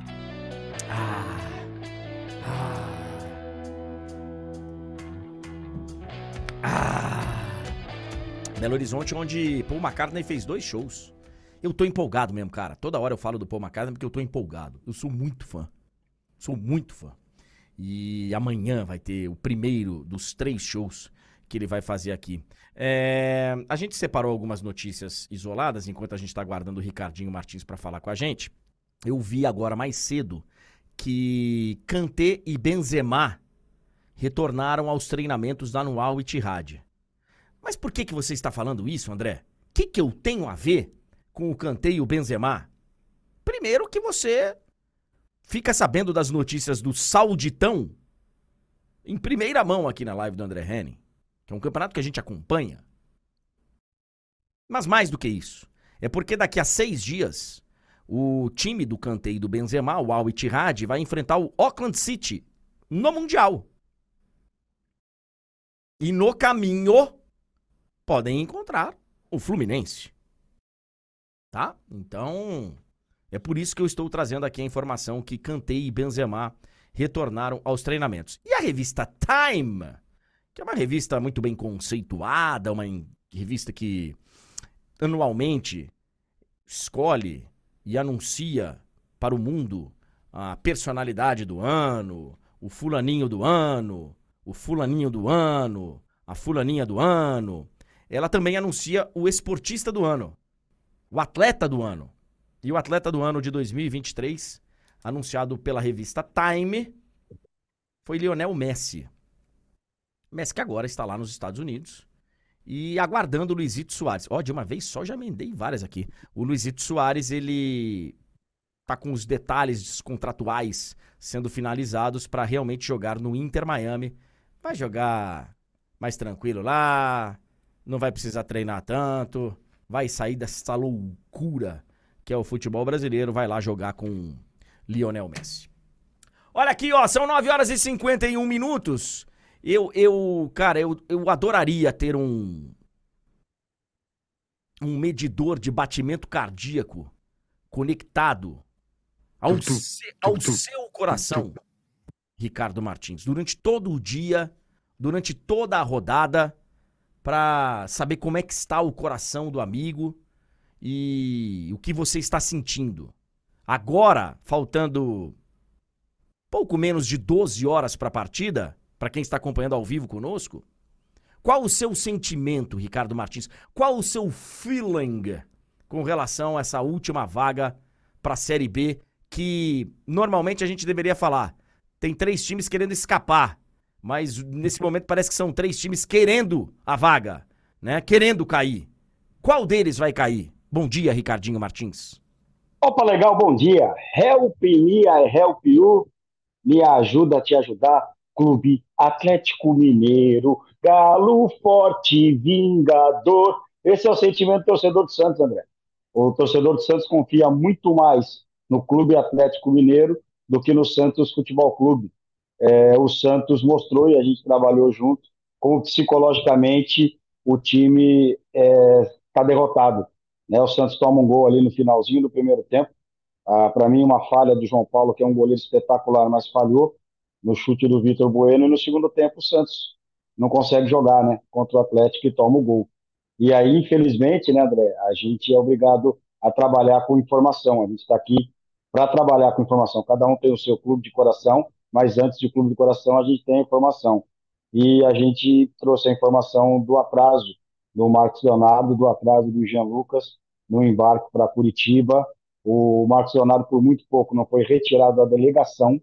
Speaker 1: Ah, ah, ah. Belo Horizonte, onde Paul McCartney fez dois shows. Eu tô empolgado mesmo, cara. Toda hora eu falo do Paul McCartney porque eu tô empolgado. Eu sou muito fã. Sou muito fã. E amanhã vai ter o primeiro dos três shows que ele vai fazer aqui. É, a gente separou algumas notícias isoladas enquanto a gente está aguardando o Ricardinho Martins para falar com a gente. Eu vi agora mais cedo que Kanté e Benzema retornaram aos treinamentos da Al Ittihad. Mas por que que você está falando isso, André? O que que eu tenho a ver com o Kanté e o Benzema? Primeiro que você fica sabendo das notícias do Sauditão em primeira mão aqui na live do André Henning, que é um campeonato que a gente acompanha. Mas mais do que isso, é porque daqui a seis dias, o time do Kanté e do Benzema, o Al Ittihad, vai enfrentar o Auckland City no Mundial. E no caminho podem encontrar o Fluminense. Tá? Então, é por isso que eu estou trazendo aqui a informação que Kanté e Benzema retornaram aos treinamentos. E a revista Time, que é uma revista muito bem conceituada, uma revista que anualmente escolhe e anuncia para o mundo a personalidade do ano, o fulaninho do ano, o fulaninho do ano, a fulaninha do ano. Ela também anuncia o esportista do ano, o atleta do ano. E o atleta do ano de dois mil e vinte e três, anunciado pela revista Time, foi Lionel Messi. Messi que agora está lá nos Estados Unidos e aguardando o Luizito Soares. Ó, oh, de uma vez só já emendei várias aqui. O Luizito Soares, ele tá com os detalhes contratuais sendo finalizados para realmente jogar no Inter Miami. Vai jogar mais tranquilo lá, não vai precisar treinar tanto, vai sair dessa loucura que é o futebol brasileiro, vai lá jogar com Lionel Messi. Olha aqui, ó, são nove horas e cinquenta e um minutos. Eu, eu, cara, eu, eu adoraria ter um um medidor de batimento cardíaco conectado ao, se, ao seu coração, Ricardo Martins, durante todo o dia, durante toda a rodada, para saber como é que está o coração do amigo e o que você está sentindo. Agora, faltando pouco menos de doze horas para a partida, para quem está acompanhando ao vivo conosco, qual o seu sentimento, Ricardo Martins? Qual o seu feeling com relação a essa última vaga para a Série B, que normalmente a gente deveria falar, tem três times querendo escapar, mas nesse momento parece que são três times querendo a vaga, né? Querendo cair. Qual deles vai cair? Bom dia, Ricardinho Martins.
Speaker 4: Opa, legal, bom dia. Help me, I help you. Me ajuda a te ajudar. Clube Atlético Mineiro, Galo Forte, Vingador. Esse é o sentimento do torcedor do Santos, André. O torcedor do Santos confia muito mais no Clube Atlético Mineiro do que no Santos Futebol Clube. É, o Santos mostrou, e a gente trabalhou junto, como psicologicamente o time está é, derrotado. Né? O Santos toma um gol ali no finalzinho do primeiro tempo. Ah, para mim, uma falha do João Paulo, que é um goleiro espetacular, mas falhou no chute do Vitor Bueno. E no segundo tempo, o Santos não consegue jogar, né, contra o Atlético e toma o gol. E aí, infelizmente, né, André, a gente é obrigado a trabalhar com informação. A gente está aqui para trabalhar com informação. Cada um tem o seu clube de coração, mas antes de clube de coração, a gente tem a informação. E a gente trouxe a informação do atraso do Marcos Leonardo, do atraso do Jean Lucas no embarque para Curitiba. O Marcos Leonardo, por muito pouco, não foi retirado da delegação,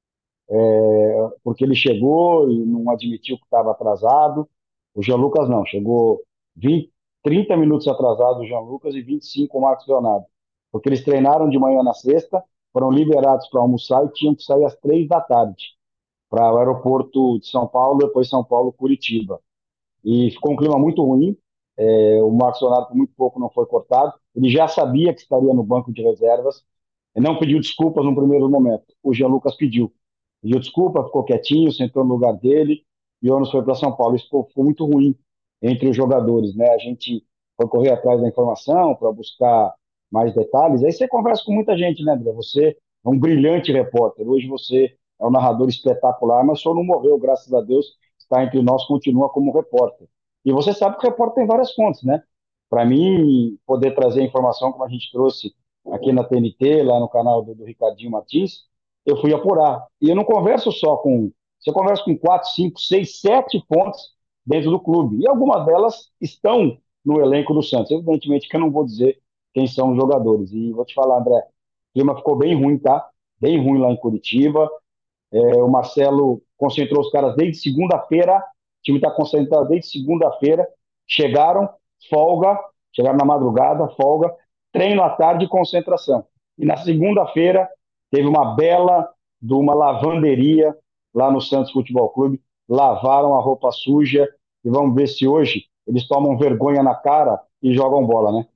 Speaker 4: é, porque ele chegou e não admitiu que estava atrasado. O Jean Lucas não, chegou vinte, trinta minutos atrasado o Jean Lucas e vinte e cinco o Marcos Leonardo, porque eles treinaram de manhã na sexta, foram liberados para almoçar e tinham que sair às três da tarde para o aeroporto de São Paulo, depois São Paulo, Curitiba. E ficou um clima muito ruim. É, o Marcos Leonardo, por muito pouco, não foi cortado. Ele já sabia que estaria no banco de reservas. Ele não pediu desculpas no primeiro momento. O Jean Lucas pediu. Pediu desculpa, ficou quietinho, sentou no lugar dele e o ônibus foi para São Paulo. Isso ficou, ficou muito ruim entre os jogadores, né? A gente foi correr atrás da informação para buscar mais detalhes. Aí você conversa com muita gente, né, André? Você é um brilhante repórter. Hoje você é um narrador espetacular, mas o senhor não morreu, graças a Deus. Está entre nós, continua como repórter. E você sabe que o repórter tem várias fontes, né? Para mim, poder trazer informação como a gente trouxe aqui na T N T, lá no canal do, do Ricardinho Martins, eu fui apurar. E eu não converso só com... Você conversa com quatro, cinco, seis, sete pontos dentro do clube. E algumas delas estão no elenco do Santos. Evidentemente que eu não vou dizer quem são os jogadores. E vou te falar, André, o clima ficou bem ruim, tá? Bem ruim lá em Curitiba. É, o Marcelo concentrou os caras desde segunda-feira. O time está concentrado desde segunda-feira. Chegaram, folga, chegaram na madrugada, folga, treino à tarde e concentração. E na segunda-feira teve uma bela de uma lavanderia lá no Santos Futebol Clube. Lavaram a roupa suja e vamos ver se hoje eles tomam vergonha na cara e jogam bola, né?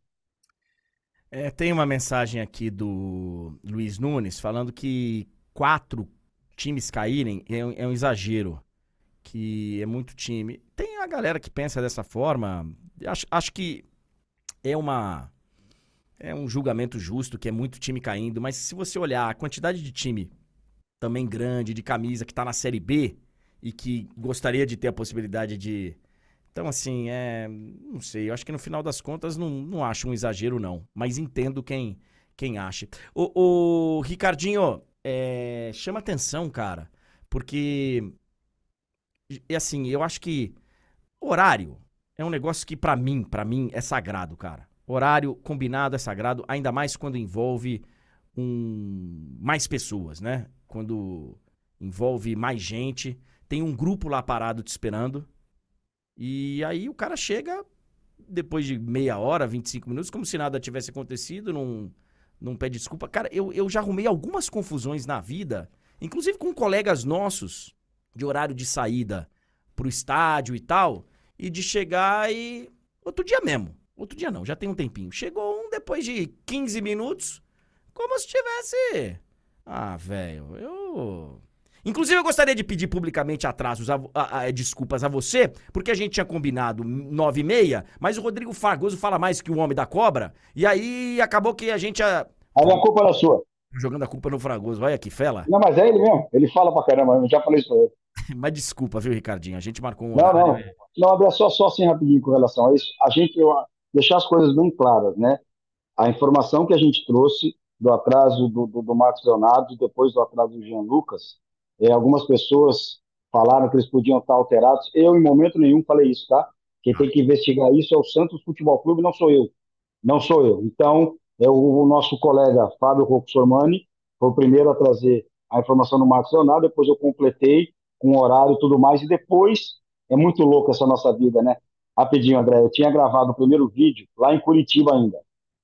Speaker 1: É, tem uma mensagem aqui do Luiz Nunes falando que quatro times caírem é um, é um exagero, que é muito time. Tem a galera que pensa dessa forma. Acho, acho que é uma é um julgamento justo, que é muito time caindo, mas se você olhar a quantidade de time também grande, de camisa, que tá na Série B e que gostaria de ter a possibilidade de... Então, assim, é... não sei, eu acho que no final das contas não, não acho um exagero, não. Mas entendo quem, quem acha. O, o Ricardinho, é, chama atenção, cara, porque, e assim, eu acho que horário é um negócio que pra mim, pra mim, é sagrado, cara. Horário combinado é sagrado, ainda mais quando envolve um, mais pessoas, né? Quando envolve mais gente, tem um grupo lá parado te esperando, e aí o cara chega depois de meia hora, vinte e cinco minutos, como se nada tivesse acontecido, não, não pede desculpa. Cara, eu, eu já arrumei algumas confusões na vida, inclusive com colegas nossos, de horário de saída pro estádio e tal, e de chegar e... Outro dia mesmo, outro dia não, já tem um tempinho. Chegou um depois de quinze minutos, como se tivesse... Ah, velho, eu... Inclusive, eu gostaria de pedir publicamente atrasos, a, a, a, desculpas a você, porque a gente tinha combinado nove e meia, mas o Rodrigo Fragoso fala mais que o Homem da Cobra, e aí acabou que a gente... A...
Speaker 4: Aí a culpa era sua.
Speaker 1: Jogando a culpa no Fragoso, olha que fela.
Speaker 4: Não, mas é ele mesmo, ele fala pra caramba, eu já falei isso pra ele.
Speaker 1: Mas desculpa, viu, Ricardinho, a gente marcou um
Speaker 4: Não,
Speaker 1: horário...
Speaker 4: não, não, André, só, só assim rapidinho com relação a isso. A gente, eu, deixar as coisas bem claras, né? A informação que a gente trouxe do atraso do, do, do Marcos Leonardo, depois do atraso do Jean Lucas, é, algumas pessoas falaram que eles podiam estar alterados. Eu, em momento nenhum, falei isso, tá? Quem tem que investigar isso é o Santos Futebol Clube, não sou eu. Não sou eu. Então, é o, o nosso colega Fábio Rocco Sormani foi o primeiro a trazer a informação do Marcos Leonardo, depois eu completei com o horário e tudo mais, e depois, é muito louco essa nossa vida, né? Rapidinho, André, eu tinha gravado o primeiro vídeo lá em Curitiba ainda,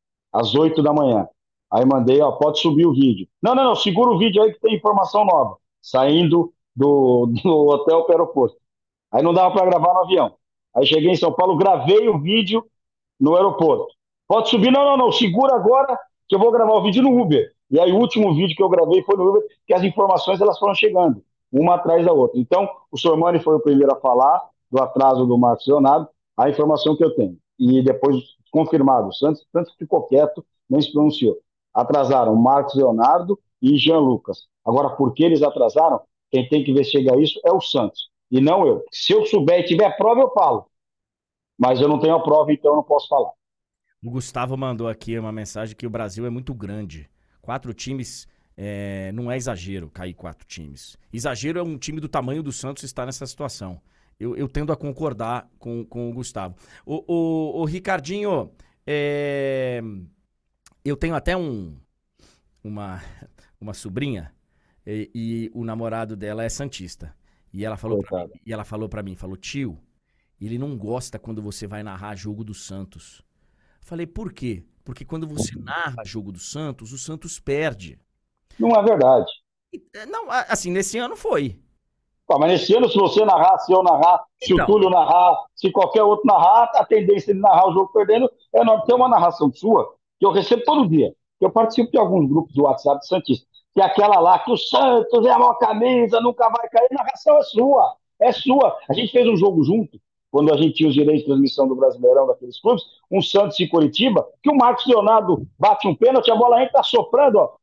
Speaker 4: às oito da manhã. Aí mandei, ó, pode subir o vídeo. Não, não, não, segura o vídeo aí que tem informação nova. Saindo do, do hotel para o aeroporto. Aí não dava para gravar no avião. Aí cheguei em São Paulo, gravei o vídeo no aeroporto. Pode subir? Não, não, não, segura agora que eu vou gravar o vídeo no Uber. E aí o último vídeo que eu gravei foi no Uber, que as informações elas foram chegando, uma atrás da outra. Então, o Sormani foi o primeiro a falar do atraso do Marcos Leonardo, a informação que eu tenho. E depois, confirmado, o Santos, Santos ficou quieto, nem se pronunciou. Atrasaram Marcos Leonardo e Jean Lucas. Agora, por que eles atrasaram? Quem tem que investigar isso é o Santos, e não eu. Se eu souber e tiver prova, eu falo. Mas eu não tenho a prova, então eu não posso falar.
Speaker 1: O Gustavo mandou aqui uma mensagem que o Brasil é muito grande. Quatro times, é, não é exagero cair quatro times. Exagero é um time do tamanho do Santos estar nessa situação. Eu, eu tendo a concordar com, com o Gustavo. O, o, o Ricardinho, é, eu tenho até um, uma, uma sobrinha e, e o namorado dela é santista. E ela falou pra mim, e ela falou pra mim, falou, tio, ele não gosta quando você vai narrar jogo do Santos. Falei, por quê? Porque quando você narra jogo do Santos, o Santos perde.
Speaker 4: Não é verdade.
Speaker 1: Não, assim, nesse ano foi.
Speaker 4: Pô, mas nesse ano, se você narrar, se eu narrar, se
Speaker 1: Então.
Speaker 4: o Túlio narrar, se qualquer outro narrar, a tendência de narrar o jogo perdendo é enorme. Tem uma narração sua que eu recebo todo dia. Eu participo de alguns grupos do WhatsApp de Santista. Que é aquela lá que o Santos é a maior camisa, nunca vai cair. A narração é sua. É sua. A gente fez um jogo junto, quando a gente tinha os direitos de transmissão do Brasileirão daqueles clubes, um Santos e Curitiba, que o Marcos Leonardo bate um pênalti, a bola entra soprando, ó.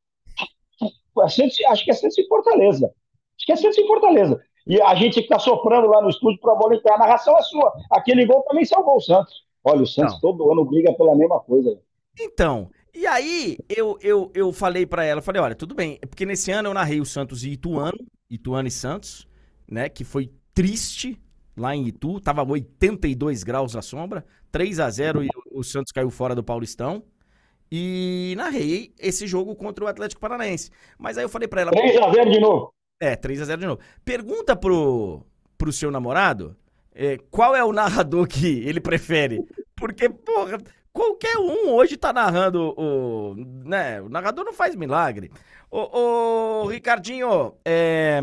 Speaker 4: Acho que é Santos e Fortaleza. Acho que é Santos e Fortaleza. E a gente que está soprando lá no estúdio para a bola entrar. A narração é sua. Aquele gol também salvou o Santos. Olha, o Santos não. todo ano briga pela mesma coisa.
Speaker 1: Então, e aí eu, eu, eu falei para ela, falei, olha, tudo bem, porque nesse ano eu narrei o Santos e Ituano, Ituano e Santos, né, que foi triste lá em Itu, tava oitenta e dois graus à sombra, três a zero e o Santos caiu fora do Paulistão. E narrei esse jogo contra o Atlético Paranaense. Mas aí eu falei pra ela...
Speaker 4: três a zero de novo.
Speaker 1: É, três a zero de novo. Pergunta pro, pro seu namorado é, qual é o narrador que ele prefere. Porque, porra, qualquer um hoje tá narrando o... né? O narrador não faz milagre. Ô, ô Ricardinho, é...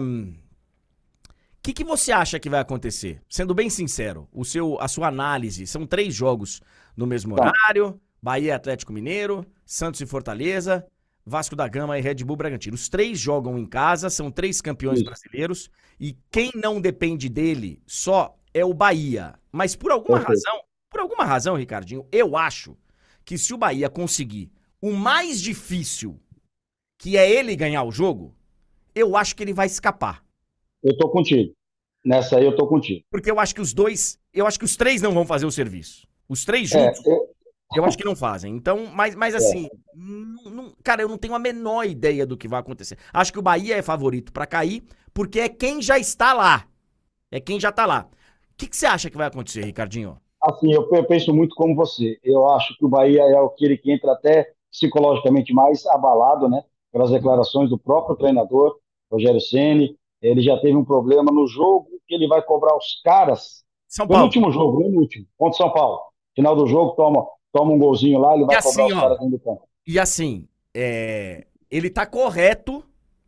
Speaker 1: o que, que você acha que vai acontecer? Sendo bem sincero, o seu, a sua análise, são três jogos no mesmo horário... Bahia e Atlético Mineiro, Santos e Fortaleza. Vasco da Gama e Red Bull Bragantino. Os três jogam em casa, são três campeões
Speaker 4: Isso.
Speaker 1: brasileiros, e quem não depende dele só é o Bahia. Mas por alguma
Speaker 4: Perfeito.
Speaker 1: razão, por alguma razão, Ricardinho, eu acho que se o Bahia conseguir o mais difícil, que é ele ganhar o jogo, eu acho que ele vai escapar.
Speaker 4: Eu tô contigo. Nessa aí eu tô contigo.
Speaker 1: Porque eu acho que os dois, eu acho que os três não vão fazer o serviço. Os três
Speaker 4: É,
Speaker 1: juntos,
Speaker 4: eu-
Speaker 1: eu acho que não fazem. Então, mas, mas assim, não- não- cara, eu não tenho a menor ideia do que vai acontecer. Acho que o Bahia é favorito pra cair, porque é quem já está lá. É quem já tá lá. O que, que você acha que vai acontecer, Ricardinho?
Speaker 4: assim, eu pe- penso muito como você. Eu acho que o Bahia é aquele que entra até psicologicamente mais abalado, né? Pelas declarações do próprio treinador, Rogério Ceni. Ele já teve um problema no jogo que ele vai cobrar os caras.
Speaker 1: São
Speaker 4: Foi no
Speaker 1: Paulo.
Speaker 4: último jogo, no último, contra o São Paulo. Final do jogo, toma, toma um golzinho lá, ele
Speaker 1: E
Speaker 4: vai cobrar
Speaker 1: assim,
Speaker 4: os
Speaker 1: ó,
Speaker 4: caras dentro do campo.
Speaker 1: e assim, é, ele tá correto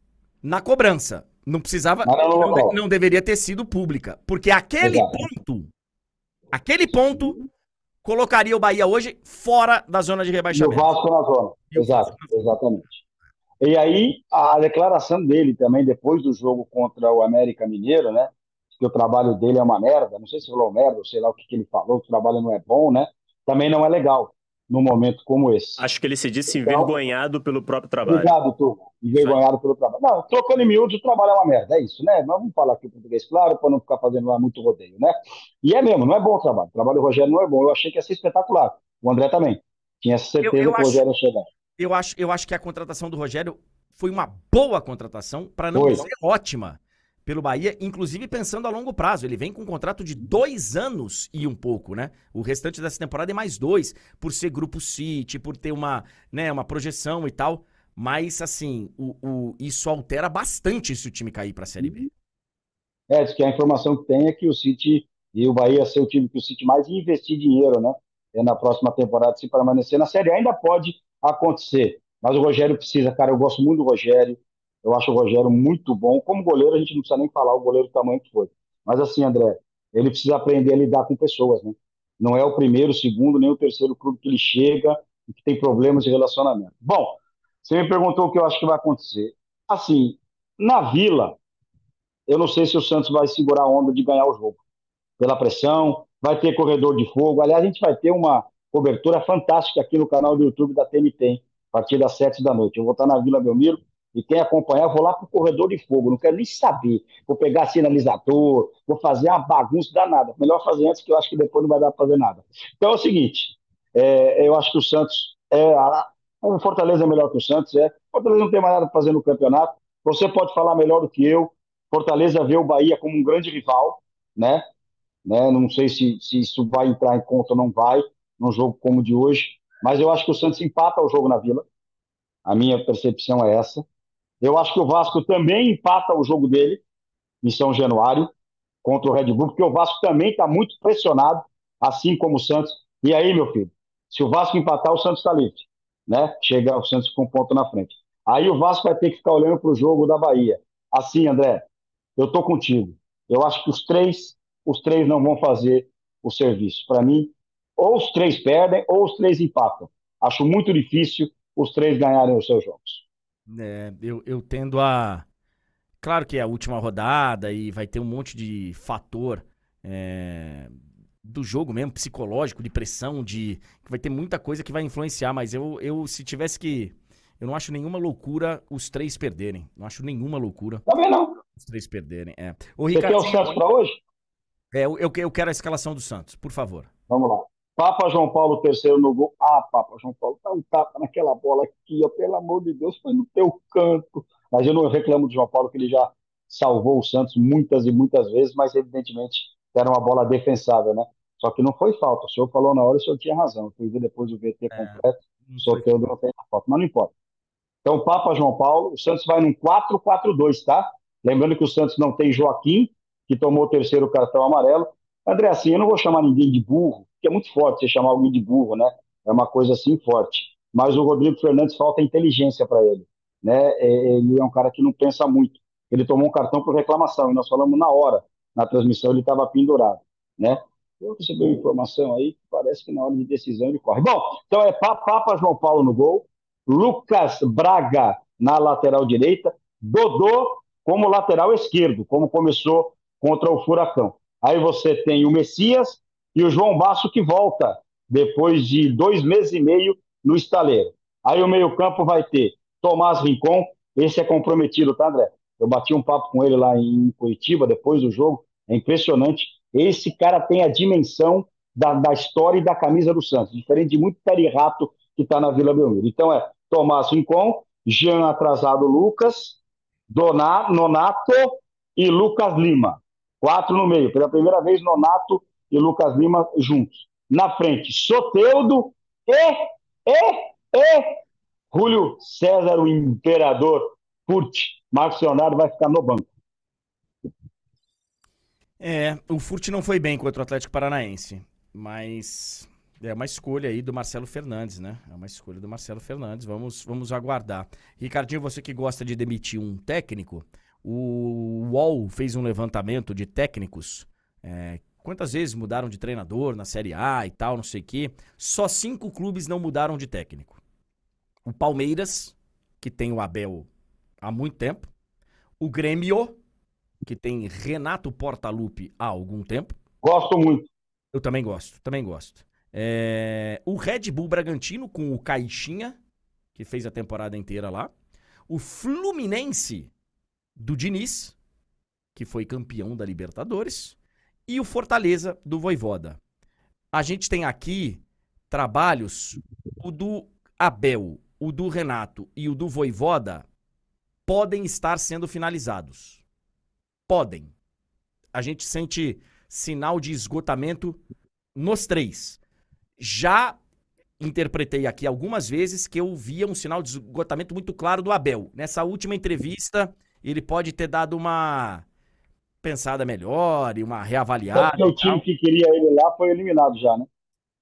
Speaker 1: na cobrança. Não precisava,
Speaker 4: Mas não no
Speaker 1: não, de-
Speaker 4: local.
Speaker 1: não deveria ter sido pública. Porque aquele
Speaker 4: Exato.
Speaker 1: ponto, aquele ponto colocaria o Bahia hoje fora da zona de
Speaker 4: E o
Speaker 1: rebaixamento.
Speaker 4: Vasco na zona.
Speaker 1: E o
Speaker 4: Exato,
Speaker 1: Vasco na zona.
Speaker 4: exatamente. E aí, a declaração dele também, depois do jogo contra o América Mineiro, né? Que o trabalho dele é uma merda, não sei se falou merda, ou sei lá o que, que ele falou, que o trabalho não é bom, né? Também não é legal num momento como esse.
Speaker 2: Acho que ele se disse
Speaker 4: Então,
Speaker 2: envergonhado pelo próprio trabalho.
Speaker 4: obrigado, tu. Envergonhado pelo trabalho. Não, trocando em miúdos, o trabalho é uma merda, é isso, né? Mas vamos falar aqui o português claro, para não ficar fazendo lá muito rodeio, né? E é mesmo, não é bom o trabalho. O trabalho do Rogério não é bom. Eu achei que ia ser espetacular. O André também. Tinha certeza
Speaker 1: Eu- eu
Speaker 4: que o
Speaker 1: acho-
Speaker 4: Rogério ia chegar.
Speaker 1: Eu acho, eu acho que a contratação do Rogério foi uma boa contratação, para não
Speaker 4: Foi.
Speaker 1: dizer ótima, pelo Bahia, inclusive pensando a longo prazo. Ele vem com um contrato de dois anos e um pouco, né? O restante dessa temporada é mais dois, por ser Grupo City, por ter uma, né, uma projeção e tal. Mas, assim, o, o- isso altera bastante se o time cair pra Série B.
Speaker 4: É, diz que a informação que tem é que o City e o Bahia ser o time que o City mais ia investir dinheiro, né? É na próxima temporada, se permanecer na Série A, ainda pode acontecer. Mas o Rogério precisa, cara, eu gosto muito do Rogério. Eu acho o Rogério muito bom. Como goleiro, a gente não precisa nem falar o goleiro do tamanho que foi. Mas assim, André, ele precisa aprender a lidar com pessoas, né? Não é o primeiro, o segundo, nem o terceiro clube que ele chega e que tem problemas de relacionamento. Bom, você me perguntou o que eu acho que vai acontecer. Assim, na Vila, eu não sei se o Santos vai segurar a onda de ganhar o jogo. Pela pressão, vai ter corredor de fogo. Aliás, a gente vai ter uma cobertura fantástica aqui no canal do YouTube da T N T, hein? A partir das sete da noite. Eu vou estar na Vila Belmiro e quem acompanhar, eu vou lá pro corredor de fogo. Não quero nem saber. Vou pegar sinalizador, vou fazer uma bagunça danada. Melhor fazer antes, que eu acho que depois não vai dar para fazer nada. Então é o seguinte, é, eu acho que o Santos é... A, o Fortaleza é melhor que o Santos, é. O Fortaleza não tem mais nada para fazer no campeonato. Você pode falar melhor do que eu. Fortaleza vê o Bahia como um grande rival, né? né? Não sei se, se isso vai entrar em conta ou não vai, num jogo como o de hoje, mas eu acho que o Santos empata o jogo na Vila. A minha percepção é essa. Eu acho que o Vasco também empata o jogo dele em São Januário contra o Red Bull, porque o Vasco também está muito pressionado, assim como o Santos. E aí, meu filho, se o Vasco empatar, o Santos está livre, né? Chega o Santos com um ponto na frente. Aí o Vasco vai ter que ficar olhando para o jogo da Bahia. Assim, André, eu tô contigo. Eu acho que os três, os três não vão fazer o serviço. Para mim, ou os três perdem, ou os três empatam. Acho muito difícil os três ganharem os seus jogos.
Speaker 1: É, eu, eu tendo a... Claro que é a última rodada e vai ter um monte de fator é, do jogo mesmo, psicológico, de pressão, de vai ter muita coisa que vai influenciar, mas eu, eu se tivesse que... Eu não acho nenhuma loucura os três perderem. Não acho nenhuma loucura
Speaker 4: Também não.
Speaker 1: os três perderem. É. Ô,
Speaker 4: Você quer o Santos para hoje?
Speaker 1: É, eu, eu, eu quero a escalação do Santos, por favor.
Speaker 4: Vamos lá. Papa João Paulo terceiro no gol. Ah, Papa João Paulo, tá um tapa naquela bola aqui, ó, pelo amor de Deus, foi no teu canto. Mas eu não reclamo do João Paulo, que ele já salvou o Santos muitas e muitas vezes, mas evidentemente era uma bola defensável, né? Só que não foi falta. O senhor falou na hora e o senhor tinha razão. Eu fui ver depois o V T completo,
Speaker 1: Não
Speaker 4: o
Speaker 1: foi-
Speaker 4: sorteio não tem a falta, mas não importa. Então, Papa João Paulo, o Santos vai num quatro quatro dois, tá? Lembrando que o Santos não tem Joaquim, que tomou o terceiro cartão amarelo. André, assim, eu não vou chamar ninguém de burro, porque é muito forte você chamar alguém de burro, né? É uma coisa assim forte. Mas o Rodrigo Fernandes falta inteligência para ele, né? É, Ele é um cara que não pensa muito. Ele tomou um cartão por reclamação, e nós falamos na hora, na transmissão, ele estava pendurado, né? Eu recebi uma informação aí que parece que na hora de decisão ele corre. Bom, então é Pa- Papa João Paulo no gol, Lucas Braga na lateral direita, Dodô como lateral esquerdo, como começou contra o Furacão. Aí você tem o Messias e o João Basso que volta depois de dois meses e meio no estaleiro. Aí o meio-campo vai ter Tomás Rincon, esse é comprometido, tá, André? Eu bati um papo com ele lá em Curitiba depois do jogo, é impressionante. Esse cara tem a dimensão da, da história e da camisa do Santos, diferente de muito peri-rato que está na Vila Belmiro. Então é Tomás Rincon, Jean Atrasado Lucas, Donato, Nonato e Lucas Lima. Quatro no meio. Pela primeira vez, Nonato e Lucas Lima juntos. Na frente, Soteldo e, e, e Júlio César, o Imperador Furt. Marcos Leonardo vai ficar no banco.
Speaker 1: É, o Furt não foi bem contra o Atlético Paranaense, mas é uma escolha aí do Marcelo Fernandes, né? É uma escolha do Marcelo Fernandes, vamos, vamos aguardar. Ricardinho, você que gosta de demitir um técnico, o U O L fez um levantamento de técnicos, é, quantas vezes mudaram de treinador na Série A e tal, não sei o quê. Só cinco clubes não mudaram de técnico. O Palmeiras, que tem o Abel há muito tempo. O Grêmio, que tem Renato Portaluppi há algum tempo.
Speaker 4: Gosto muito.
Speaker 1: Eu também gosto, também gosto. É... O Red Bull Bragantino com o Caixinha, que fez a temporada inteira lá. O Fluminense do Diniz, que foi campeão da Libertadores. E o Fortaleza do Vojvoda. A gente tem aqui trabalhos, o do Abel, o do Renato e o do Vojvoda podem estar sendo finalizados. Podem. A gente sente sinal de esgotamento nos três. Já interpretei aqui algumas vezes que eu via um sinal de esgotamento muito claro do Abel. Nessa última entrevista, ele pode ter dado uma pensada melhor e uma reavaliada.
Speaker 4: Porque o time que queria ele lá foi eliminado já, né?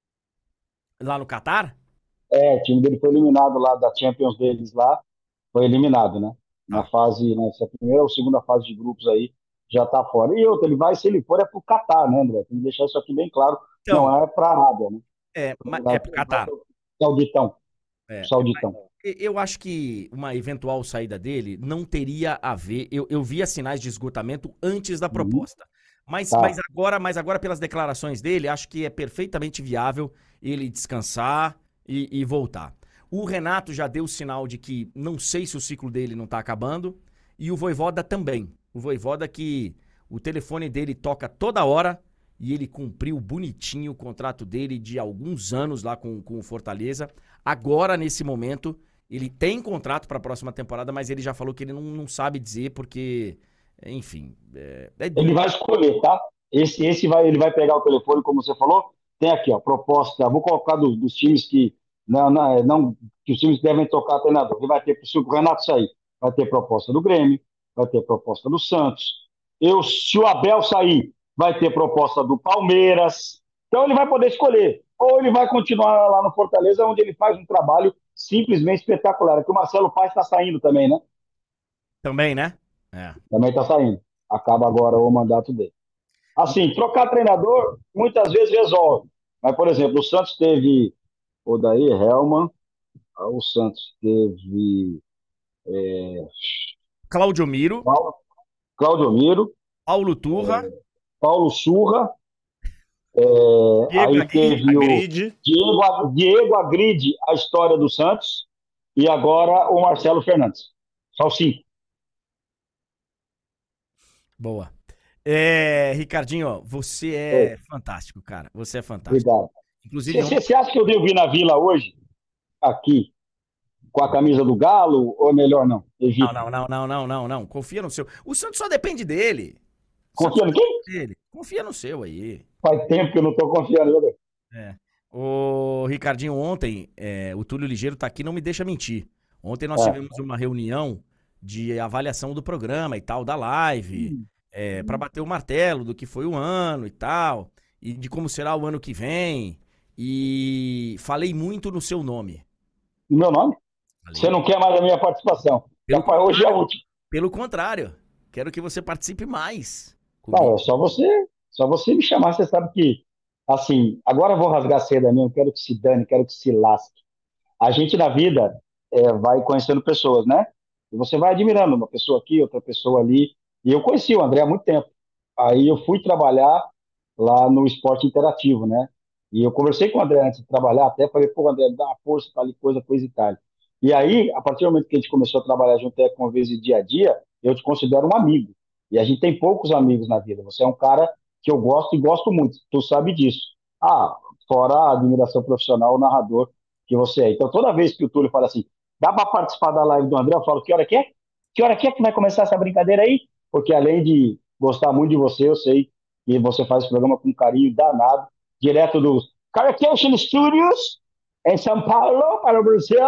Speaker 1: Lá no Catar?
Speaker 4: É, o time dele foi eliminado lá da Champions deles lá, foi eliminado, né? Na fase, nessa primeira ou segunda fase de grupos aí, já tá fora. E outro, ele vai, se ele for, é pro Catar, né, André? Tem que deixar isso aqui bem claro. Então, não é pra Arábia, né?
Speaker 1: É, mas é pro Catar.
Speaker 4: Sauditão.
Speaker 1: É,
Speaker 4: Sauditão.
Speaker 1: Eu acho que uma eventual saída dele não teria a ver. Eu, eu via sinais de esgotamento antes da proposta. Uhum. Mas, tá. mas, agora, mas agora, pelas declarações dele, acho que é perfeitamente viável ele descansar e, e voltar. O Renato já deu sinal de que não sei se o ciclo dele não tá acabando. E o Vojvoda também. O Vojvoda que o telefone dele toca toda hora e ele cumpriu bonitinho o contrato dele de alguns anos lá com, com o Fortaleza. Agora, nesse momento, ele tem contrato para a próxima temporada, mas ele já falou que ele não, não sabe dizer porque, enfim... É, é
Speaker 4: ele vai escolher, tá? Esse, esse vai, ele vai pegar o telefone, como você falou. Tem aqui, ó, proposta. Vou colocar do, dos times que não, não, não, que os times devem tocar treinador. Ele vai ter, se o Renato sair, vai ter proposta do Grêmio, vai ter proposta do Santos. Eu, se o Abel sair, vai ter proposta do Palmeiras. Então ele vai poder escolher. Ou ele vai continuar lá no Fortaleza, onde ele faz um trabalho simplesmente espetacular. É que o Marcelo Paes está saindo também, né?
Speaker 1: Também, né? É.
Speaker 4: Também está saindo. Acaba agora o mandato dele. Assim, trocar treinador muitas vezes resolve. Mas, por exemplo, o Santos teve o Daí Helman, o Santos teve é...
Speaker 1: Cláudio Miro,
Speaker 4: Paulo, Cláudio Miro,
Speaker 1: Paulo Turra,
Speaker 4: é... Paulo Surra, é...
Speaker 1: Diego
Speaker 4: aí
Speaker 1: Agri,
Speaker 4: teve
Speaker 2: Agride.
Speaker 4: o Diego, Diego Agride, a história do Santos, e agora o Marcelo Fernandes. Só cinco.
Speaker 1: Boa. É, Ricardinho, você é Oi. fantástico, cara. Você é fantástico.
Speaker 4: Obrigado.
Speaker 1: Inclusive,
Speaker 4: você, você acha que eu devo vir na Vila hoje, aqui, com a camisa do Galo, ou melhor não?
Speaker 1: Evita. Não, não, não, não, não, não. Confia no seu. O Santos só depende dele.
Speaker 4: Confia no quem?
Speaker 1: Dele. Confia no seu aí.
Speaker 4: Faz tempo que eu não tô confiando, né?
Speaker 1: É. Ô, Ricardinho, ontem, é, o Túlio Ligeiro tá aqui, não me deixa mentir. Ontem nós é. tivemos uma reunião de avaliação do programa e tal, da live, hum. é, para bater o martelo do que foi o ano e tal, e de como será o ano que vem. E falei muito no seu nome.
Speaker 4: No meu nome? Falei. Você não quer mais a minha participação?
Speaker 1: Pelo
Speaker 4: Rapaz, hoje é a última.
Speaker 1: Pelo contrário, quero que você participe mais.
Speaker 4: Tá, é só você, só você me chamar, você sabe que, assim, agora eu vou rasgar seda mesmo, quero que se dane, quero que se lasque. A gente na vida é, vai conhecendo pessoas, né? E você vai admirando uma pessoa aqui, outra pessoa ali. E eu conheci o André há muito tempo. Aí eu fui trabalhar lá no esporte interativo, né? E eu conversei com o André antes de trabalhar, até falei, pô, André, dá uma força, tal coisa, coisa e tal. E aí, a partir do momento que a gente começou a trabalhar junto é, com a vez de dia a dia, eu te considero um amigo. E a gente tem poucos amigos na vida. Você é um cara que eu gosto e gosto muito. Tu sabe disso. Ah, fora a admiração profissional, o narrador que você é. Então, toda vez que o Túlio fala assim, dá para participar da live do André, eu falo, que hora que é? Que hora que é que vai começar essa brincadeira aí? Porque além de gostar muito de você, eu sei que você faz esse programa com um carinho danado, direto dos Carcation Studios, em São Paulo, para o Brasil.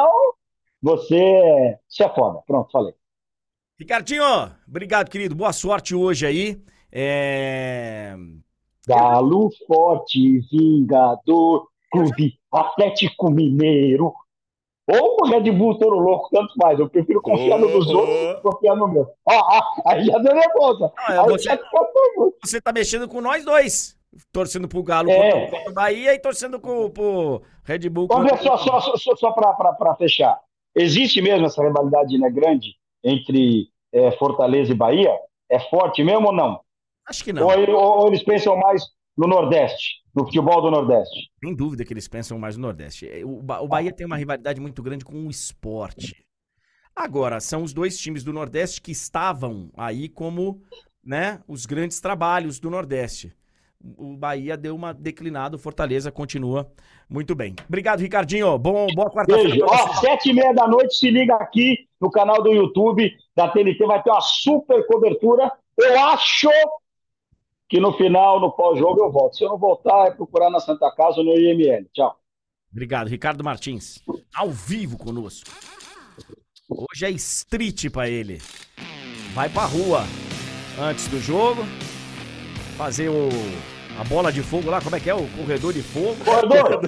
Speaker 4: Você, você é foda. Pronto, falei.
Speaker 1: Ricardinho, obrigado, querido. Boa sorte hoje aí. É...
Speaker 4: Galo Forte, Vingador, Clube Atlético Mineiro. Ou o Red Bull Toro Louco, tanto faz. Eu prefiro confiar no dos outros do que confiar no meu. Ah, ah, aí já deu nervosa.
Speaker 1: Não, é
Speaker 4: Aí
Speaker 1: você,
Speaker 4: já ficou
Speaker 1: você tá mexendo com nós dois. Torcendo pro Galo
Speaker 4: É.
Speaker 1: contra o Bahia e torcendo pro, pro Red Bull
Speaker 4: André,
Speaker 1: contra
Speaker 4: só, só, só, só para fechar. Existe mesmo essa rivalidade, né, grande entre é, Fortaleza e Bahia? É forte mesmo ou não?
Speaker 1: Acho que não.
Speaker 4: Ou, ou, ou eles pensam mais no Nordeste, no futebol do Nordeste?
Speaker 1: Sem dúvida que eles pensam mais no Nordeste. O, Ba- o Bahia tem uma rivalidade muito grande com o esporte. Agora, são os dois times do Nordeste que estavam aí como, né, os grandes trabalhos do Nordeste. O Bahia deu uma declinada, o Fortaleza continua muito bem. Obrigado, Ricardinho. Bom, boa quarta-feira
Speaker 4: Beijo.
Speaker 1: pra
Speaker 4: Ó,
Speaker 1: você.
Speaker 4: sete e meia da noite, se liga aqui no canal do YouTube da T N T, vai ter uma super cobertura. Eu acho que no final, no pós-jogo, eu volto. Se eu não voltar, é procurar na Santa Casa ou no I M L. Tchau.
Speaker 1: Obrigado, Ricardo Martins. Ao vivo conosco. Hoje é street pra ele. Vai pra rua antes do jogo. Fazer o, a bola de fogo lá, como é que é? O corredor de fogo.
Speaker 4: Corredor!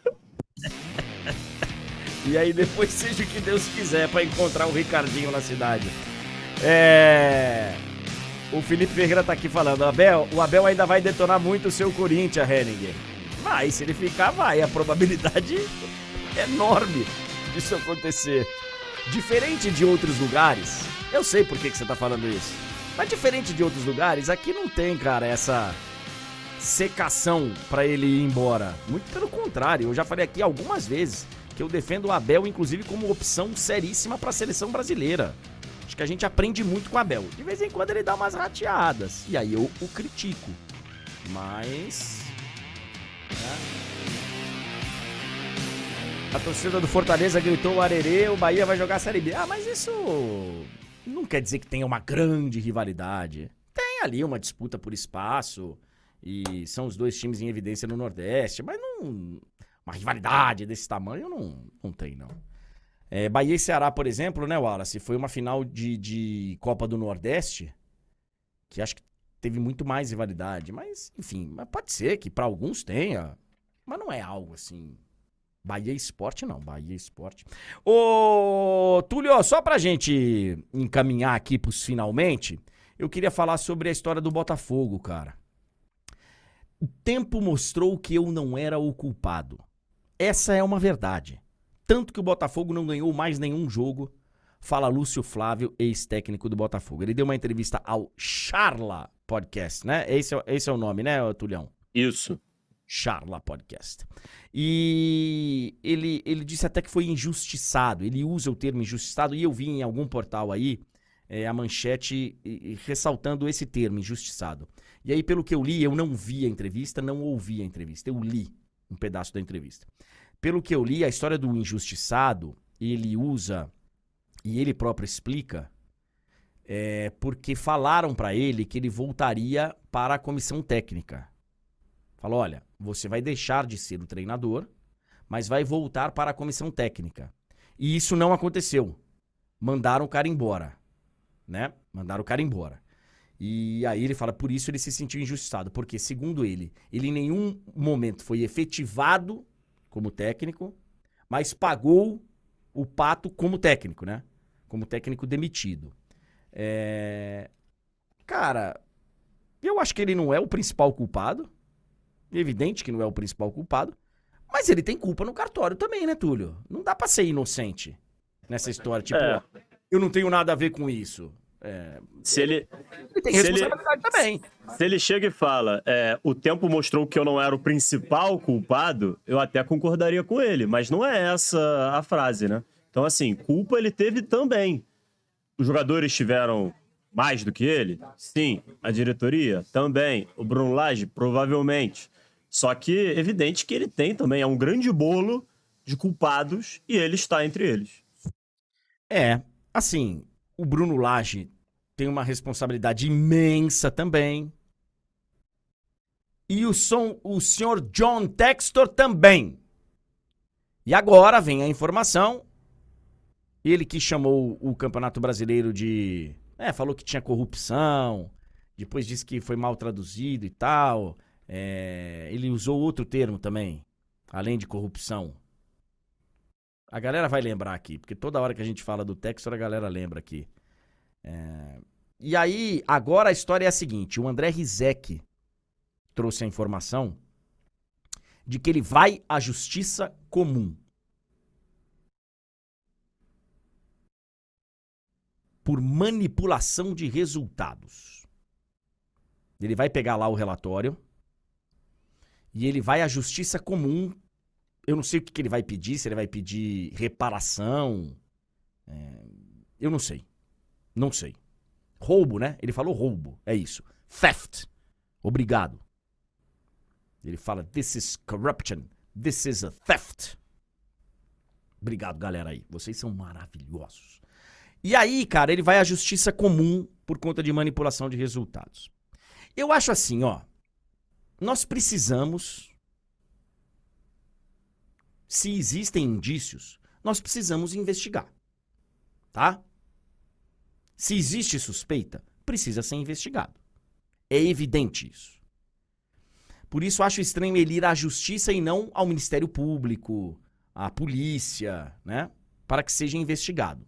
Speaker 1: E aí depois seja o que Deus quiser pra encontrar o Ricardinho na cidade. É... O Felipe Ferreira tá aqui falando, Abel, o Abel ainda vai detonar muito o seu Corinthians, Henning. Vai, se ele ficar, vai. A probabilidade é enorme disso acontecer. Diferente de outros lugares, eu sei por que, que você tá falando isso, mas diferente de outros lugares, aqui não tem, cara, essa secação pra ele ir embora. Muito pelo contrário, eu já falei aqui algumas vezes que eu defendo o Abel, inclusive, como opção seríssima pra seleção brasileira. Acho que a gente aprende muito com o Abel. De vez em quando ele dá umas rateadas, e aí eu o critico. Mas... né? A torcida do Fortaleza gritou o arerê, o Bahia vai jogar a Série B. Ah, mas isso não quer dizer que tenha uma grande rivalidade. Tem ali uma disputa por espaço e são os dois times em evidência no Nordeste, mas não... uma rivalidade desse tamanho não, não tem, não. É, Bahia e Ceará, por exemplo, né, Wallace? Foi uma final de, de Copa do Nordeste que acho que teve muito mais rivalidade. Mas, enfim, mas pode ser que pra alguns tenha, mas não é algo assim... Bahia Esporte não, Bahia Esporte. Ô, Túlio, só pra gente encaminhar aqui pros finalmente, eu queria falar sobre a história do Botafogo, cara. O tempo mostrou que eu não era o culpado. Essa é uma verdade. Tanto que o Botafogo não ganhou mais nenhum jogo, fala Lúcio Flávio, ex-técnico do Botafogo. Ele deu uma entrevista ao Charla Podcast, né? Esse é, esse é o nome, né, Tulhão?
Speaker 2: Isso.
Speaker 1: Charla Podcast. E ele, ele disse até que foi injustiçado. Ele usa o termo injustiçado e eu vi em algum portal aí é, a manchete e, e, ressaltando esse termo, injustiçado. E aí, pelo que eu li, eu não vi a entrevista, não ouvi a entrevista. Eu li um pedaço da entrevista. Pelo que eu li, a história do injustiçado, ele usa e ele próprio explica é, porque falaram pra ele que ele voltaria para a comissão técnica. Falou, olha, você vai deixar de ser o treinador, mas vai voltar para a comissão técnica. E isso não aconteceu. Mandaram o cara embora, né? Mandaram o cara embora. E aí ele fala, por isso ele se sentiu injustiçado, porque, segundo ele, ele em nenhum momento foi efetivado como técnico, mas pagou o pato como técnico, né? Como técnico demitido. É... Cara, eu acho que ele não é o principal culpado. Evidente que não é o principal culpado, mas ele tem culpa no cartório também, né, Túlio? Não dá pra ser inocente. nessa história. Tipo,
Speaker 2: É.
Speaker 1: ó, eu não tenho nada a ver com isso. É,
Speaker 2: Se ele,
Speaker 1: ele tem
Speaker 2: se ele,
Speaker 1: responsabilidade também.
Speaker 2: se ele chega e fala, é, o tempo mostrou que eu não era o principal culpado, eu até concordaria com ele, mas não é essa a frase, né? Então, assim, culpa ele teve também. Os jogadores tiveram mais do que ele? Sim. A diretoria? Também. O Bruno Lage? Provavelmente. Só que é evidente que ele tem também, é um grande bolo de culpados e ele está entre eles.
Speaker 1: É, assim, o Bruno Lage tem uma responsabilidade imensa também. E o, som, o senhor John Textor também. E agora vem a informação. Ele que chamou o Campeonato Brasileiro de... É, falou que tinha corrupção. Depois disse que foi mal traduzido e tal. É, ele usou outro termo também, além de corrupção. A galera vai lembrar aqui, porque toda hora que a gente fala do Textor, a galera lembra aqui. É... E aí, agora a história é a seguinte, o André Rizek trouxe a informação de que ele vai à justiça comum. Por manipulação de resultados. Ele vai pegar lá o relatório e ele vai à justiça comum. Eu não sei o que, que ele vai pedir, se ele vai pedir reparação. É, eu não sei. Não sei. Roubo, né? Ele falou roubo. É isso. Theft. Obrigado. Ele fala, this is corruption. This is a theft. Obrigado, galera aí. Vocês são maravilhosos. E aí, cara, ele vai à justiça comum por conta de manipulação de resultados. Eu acho assim, ó. Nós precisamos... Se existem indícios, nós precisamos investigar, tá? Se existe suspeita, precisa ser investigado. É evidente isso. Por isso acho estranho ele ir à justiça e não ao Ministério Público, à polícia, né? Para que seja investigado.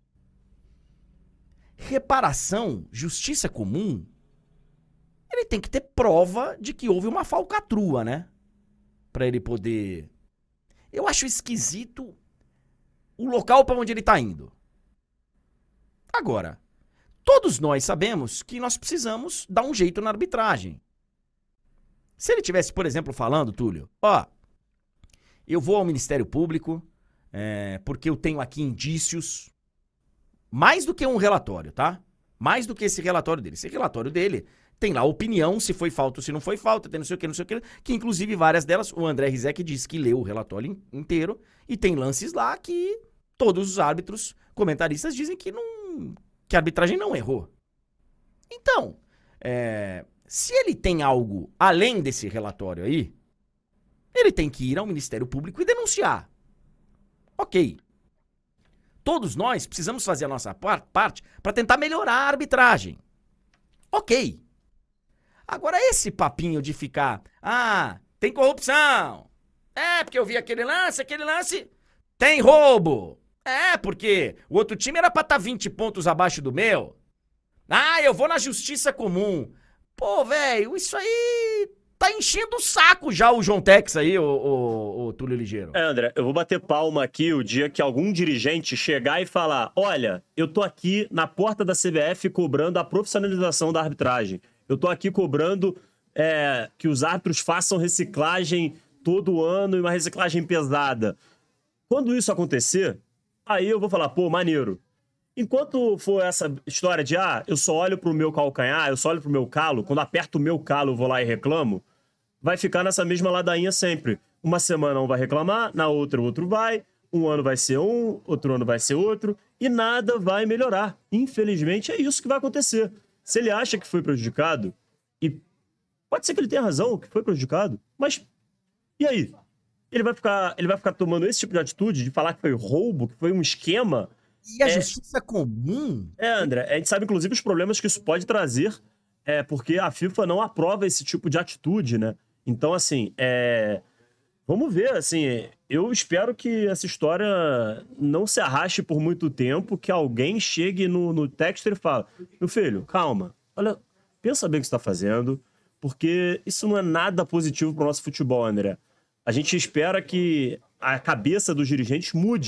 Speaker 1: Reparação, justiça comum, ele tem que ter prova de que houve uma falcatrua, né? Para ele poder... Eu acho esquisito o local para onde ele está indo. Agora, todos nós sabemos que nós precisamos dar um jeito na arbitragem. Se ele tivesse, por exemplo, falando, Túlio, ó, eu vou ao Ministério Público é, porque eu tenho aqui indícios, mais do que um relatório, tá? Mais do que esse relatório dele. Esse relatório dele... Tem lá a opinião, se foi falta ou se não foi falta, tem não sei o que, não sei o que, que inclusive várias delas, o André Rizek disse que leu o relatório inteiro, e tem lances lá que todos os árbitros, comentaristas dizem que, não, que a arbitragem não errou. Então, é, se ele tem algo além desse relatório aí, ele tem que ir ao Ministério Público e denunciar. Ok. Todos nós precisamos fazer a nossa par- parte para tentar melhorar a arbitragem. Ok. Agora, esse papinho de ficar, ah, tem corrupção. É, porque eu vi aquele lance, aquele lance, tem roubo. É, porque o outro time era pra estar vinte pontos abaixo do meu. Ah, eu vou na justiça comum. Pô, velho, isso aí tá enchendo o saco já o João Tex aí, o, o, o Túlio Ligeiro.
Speaker 2: É, André, eu vou bater palma aqui o dia que algum dirigente chegar e falar, olha, eu tô aqui na porta da C B F cobrando a profissionalização da arbitragem. Eu tô aqui cobrando é, que os árbitros façam reciclagem todo ano e uma reciclagem pesada. Quando isso acontecer, aí eu vou falar, pô, maneiro. Enquanto for essa história de, ah, eu só olho pro meu calcanhar, eu só olho pro meu calo, quando aperto o meu calo eu vou lá e reclamo, vai ficar nessa mesma ladainha sempre. Uma semana um vai reclamar, na outra o outro vai, um ano vai ser um, outro ano vai ser outro, e nada vai melhorar. Infelizmente é isso que vai acontecer. Se ele acha que foi prejudicado, e pode ser que ele tenha razão, que foi prejudicado, mas e aí? Ele vai ficar, ele vai ficar tomando esse tipo de atitude, de falar que foi roubo, que foi um esquema?
Speaker 1: E a
Speaker 2: é...
Speaker 1: justiça comum?
Speaker 2: É, André, a gente sabe inclusive os problemas que isso pode trazer, é, porque a FIFA não aprova esse tipo de atitude, né? Então, assim, é... vamos ver, assim, eu espero que essa história não se arraste por muito tempo, que alguém chegue no, no Textor e fale, meu filho, calma, olha, pensa bem o que você tá fazendo, porque isso não é nada positivo pro nosso futebol, André. A gente espera que a cabeça dos dirigentes mude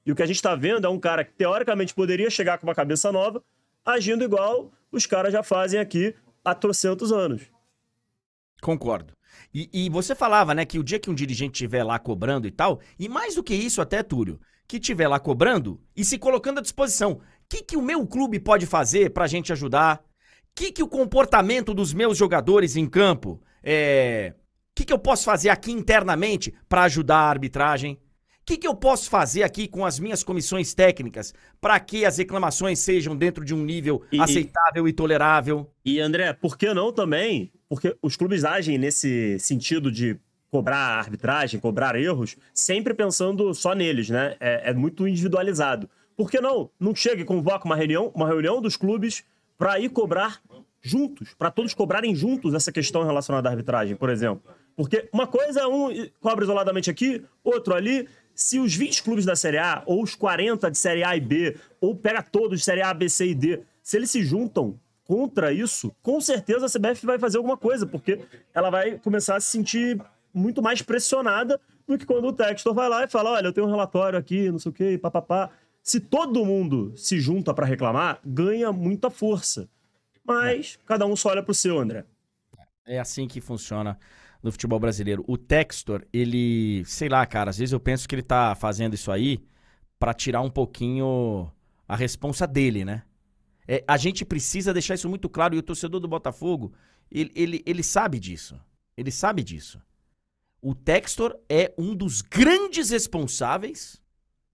Speaker 2: E o que a gente tá vendo é um cara que, teoricamente, poderia chegar com uma cabeça nova, agindo igual os caras já fazem aqui há trocentos anos.
Speaker 1: Concordo. E, e você falava, né, que o dia que um dirigente estiver lá cobrando e tal, e mais do que isso até, Túlio, que estiver lá cobrando e se colocando à disposição. O que, que o meu clube pode fazer pra gente ajudar? O que, que o comportamento dos meus jogadores em campo, é... o que, que eu posso fazer aqui internamente pra ajudar a arbitragem? O que, que eu posso fazer aqui com as minhas comissões técnicas para que as reclamações sejam dentro de um nível
Speaker 2: e,
Speaker 1: aceitável e tolerável?
Speaker 2: E, André, por que não também? Porque os clubes agem nesse sentido de cobrar a arbitragem, cobrar erros, sempre pensando só neles, né? É, é muito individualizado. Por que não? Não chega e convoca uma reunião, uma reunião dos clubes para ir cobrar juntos, para todos cobrarem juntos essa questão relacionada à arbitragem, por exemplo. Porque uma coisa é um cobra isoladamente aqui, outro ali. Se os vinte clubes da Série A, ou os quarenta de Série A e B, ou pega todos de Série A, B, C e D, se eles se juntam contra isso, com certeza a C B F vai fazer alguma coisa, porque ela vai começar a se sentir muito mais pressionada do que quando o Textor vai lá e fala, olha, eu tenho um relatório aqui, não sei o quê, papapá. Se todo mundo se junta pra reclamar, ganha muita força. Mas é. cada um só olha pro seu, André.
Speaker 1: É assim que funciona no futebol brasileiro. O Textor, ele, sei lá, cara, às vezes eu penso que ele tá fazendo isso aí pra tirar um pouquinho a responsa dele, né? É, a gente precisa deixar isso muito claro, e o torcedor do Botafogo, ele, ele, ele sabe disso. Ele sabe disso. O Textor é um dos grandes responsáveis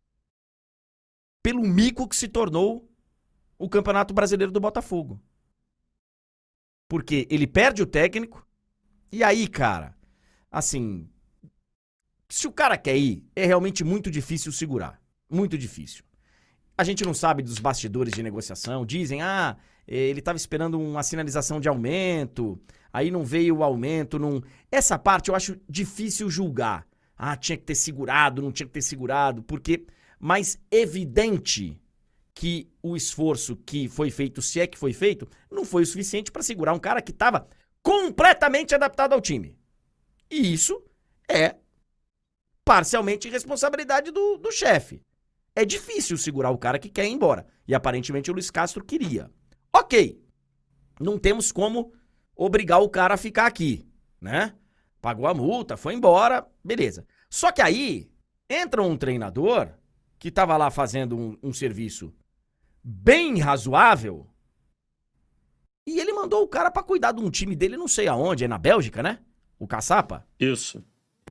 Speaker 1: pelo mico que se tornou o Campeonato Brasileiro do Botafogo. Porque ele perde o técnico, e aí, cara, assim, se o cara quer ir, é realmente muito difícil segurar. Muito difícil. A gente não sabe dos bastidores de negociação. Dizem, ah, ele estava esperando uma sinalização de aumento, aí não veio o aumento. Não... Essa parte eu acho difícil julgar. Ah, tinha que ter segurado, não tinha que ter segurado, porque... Mas evidente que o esforço que foi feito, se é que foi feito, não foi o suficiente para segurar um cara que estava completamente adaptado ao time. E isso é parcialmente responsabilidade do, do chefe. É difícil segurar o cara que quer ir embora. E aparentemente o Luiz Castro queria. Ok. Não temos como obrigar o cara a ficar aqui, né? Pagou a multa, foi embora, beleza. Só que aí entra um treinador que estava lá fazendo um, um serviço bem razoável e ele mandou o cara pra cuidar de um time dele, não sei aonde, é na Bélgica, né? O Caçapa.
Speaker 2: Isso.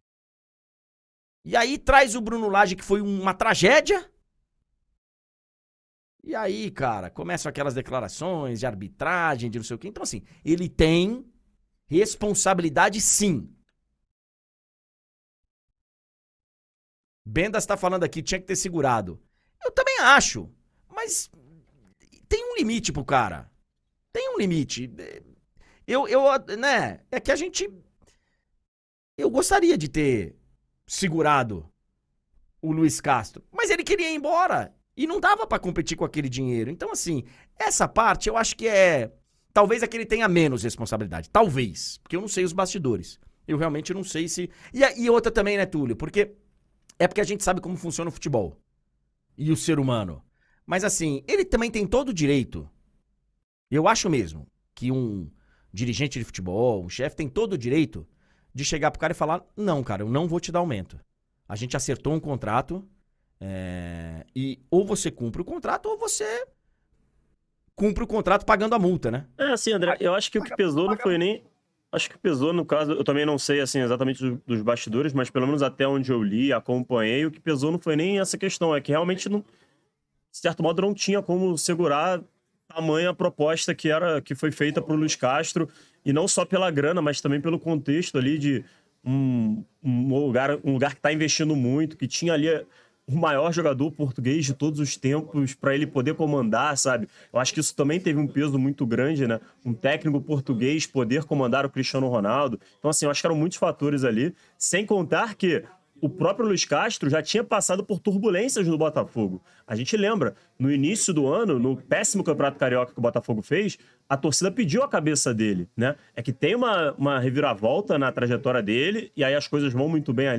Speaker 1: E aí traz o Bruno Lage, que foi uma tragédia. E aí, cara, começam aquelas declarações de arbitragem, de não sei o quê. Então, assim, ele tem responsabilidade, sim. Bendas tá falando aqui, tinha que ter segurado. Eu também acho, mas tem um limite pro cara. Tem um limite. Eu, eu, né, é que a gente... Eu gostaria de ter segurado o Luiz Castro, mas ele queria ir embora e não dava pra competir com aquele dinheiro. Então, assim, essa parte eu acho que é... Talvez é que ele tenha menos responsabilidade. Talvez, porque eu não sei os bastidores. Eu realmente não sei se... E, e outra também, né, Túlio? Porque é porque a gente sabe como funciona o futebol e o ser humano. Mas, assim, ele também tem todo o direito... Eu acho mesmo que um dirigente de futebol, um chefe, tem todo o direito de chegar pro cara e falar, não, cara, eu não vou te dar aumento. A gente acertou um contrato é... e ou você cumpre o contrato ou você cumpre o contrato pagando a multa, né?
Speaker 2: É, assim, André, eu acho que o que pesou não foi nem... Acho que pesou, no caso, eu também não sei, assim, exatamente dos, dos bastidores, mas pelo menos até onde eu li, acompanhei, o que pesou não foi nem essa questão, é que realmente, não, de certo modo, não tinha como segurar tamanha proposta que, era, que foi feita pro Luiz Castro, e não só pela grana, mas também pelo contexto ali de um, um, lugar, um lugar que tá investindo muito, que tinha ali o maior jogador português de todos os tempos para ele poder comandar, sabe? Eu acho que isso também teve um peso muito grande, né? Um técnico português poder comandar o Cristiano Ronaldo. Então, assim, eu acho que eram muitos fatores ali, sem contar que o próprio Luiz Castro já tinha passado por turbulências no Botafogo. A gente lembra, no início do ano, no péssimo Campeonato Carioca que o Botafogo fez, a torcida pediu a cabeça dele, né? É que tem uma, uma reviravolta na trajetória dele, e aí as coisas vão muito bem ali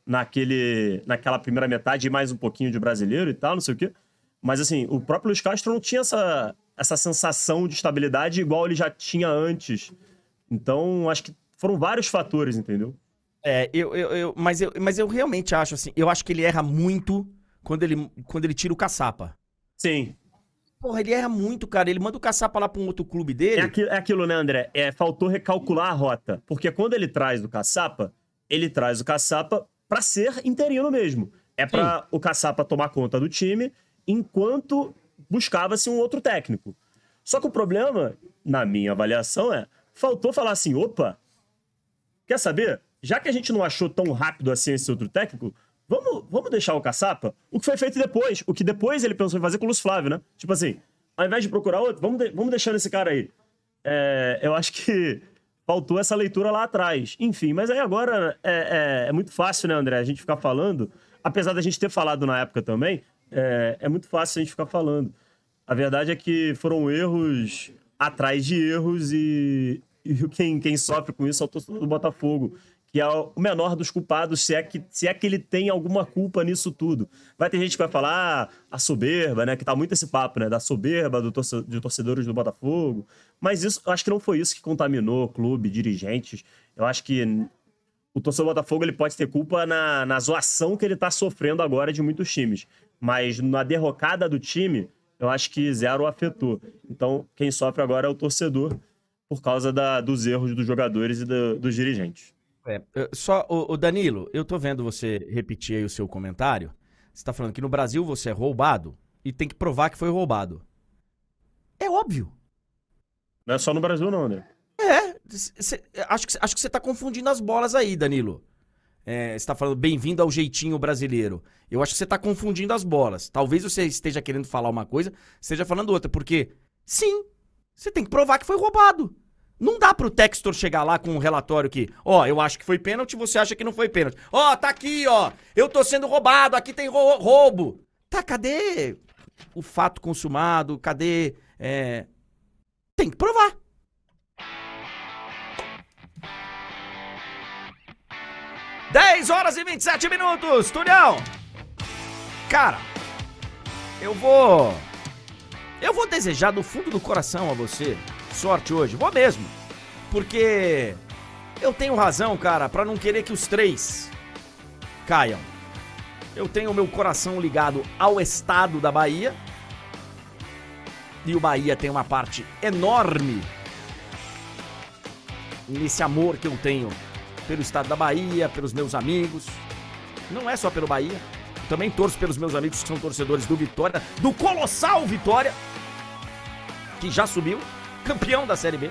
Speaker 2: naquele, naquela primeira metade e mais um pouquinho de brasileiro e tal, não sei o quê. Mas, assim, o próprio Luiz Castro não tinha essa, essa sensação de estabilidade igual ele já tinha antes. Então, acho que foram vários fatores, entendeu?
Speaker 1: É, eu, eu, eu, mas, eu, mas eu realmente acho assim, eu acho que ele erra muito quando ele, quando ele tira o caçapa.
Speaker 2: Sim.
Speaker 1: Porra, ele erra muito, cara. Ele manda o caçapa lá pra um outro clube dele.
Speaker 2: É aquilo, é aquilo, né, André? É, faltou recalcular a rota. Porque quando ele traz o caçapa, ele traz o caçapa pra ser interino mesmo. É pra Sim. o caçapa tomar conta do time enquanto buscava-se um outro técnico. Só que o problema, na minha avaliação, é... Faltou falar assim, opa, quer saber? Já que a gente não achou tão rápido assim esse outro técnico, vamos, vamos deixar o caçapa? O que foi feito depois, o que depois ele pensou em fazer com o Lúcio Flávio, né? Tipo assim, ao invés de procurar outro, vamos, de, vamos deixando esse cara aí. É, eu acho que faltou essa leitura lá atrás. Enfim, mas aí agora é, é, é muito fácil, né, André, a gente ficar falando, apesar da gente ter falado na época também, é, é muito fácil a gente ficar falando. A verdade é que foram erros atrás de erros e, e quem, quem sofre com isso é o torcedor do Botafogo, que é o menor dos culpados, se é, que, se é que ele tem alguma culpa nisso tudo. Vai ter gente que vai falar ah, a soberba, né? Que tá muito esse papo, né? Da soberba do torce, de torcedores do Botafogo. Mas isso, eu acho que não foi isso que contaminou o clube, dirigentes. Eu acho que o torcedor do Botafogo ele pode ter culpa na, na zoação que ele tá sofrendo agora de muitos times. Mas na derrocada do time, eu acho que zero afetou. Então, quem sofre agora é o torcedor por causa da, dos erros dos jogadores e do, dos dirigentes.
Speaker 1: É, só, o Danilo, eu tô vendo você repetir aí o seu comentário. Você tá falando que no Brasil você é roubado e tem que provar que foi roubado. É óbvio.
Speaker 2: Não é só no Brasil não, né?
Speaker 1: É, cê, acho, que, acho que você tá confundindo as bolas aí, Danilo. É, você tá falando bem-vindo ao jeitinho brasileiro. Eu acho que você tá confundindo as bolas. Talvez você esteja querendo falar uma coisa, esteja falando outra, porque sim, você tem que provar que foi roubado. Não dá pro Textor chegar lá com um relatório que, ó, eu acho que foi pênalti, você acha que não foi pênalti. Ó, tá aqui, ó, eu tô sendo roubado, aqui tem rou- roubo. Tá, cadê o fato consumado? Cadê, é... Tem que provar. dez horas e vinte e sete minutos, Tulhão. Cara, eu vou... Eu vou desejar do fundo do coração a você sorte hoje, vou mesmo. Porque eu tenho razão, cara, pra não querer que os três caiam. Eu tenho o meu coração ligado ao estado da Bahia. E o Bahia tem uma parte enorme nesse amor que eu tenho pelo estado da Bahia, pelos meus amigos. Não é só pelo Bahia. Eu também torço pelos meus amigos que são torcedores do Vitória, do colossal Vitória, que já subiu, campeão da Série B.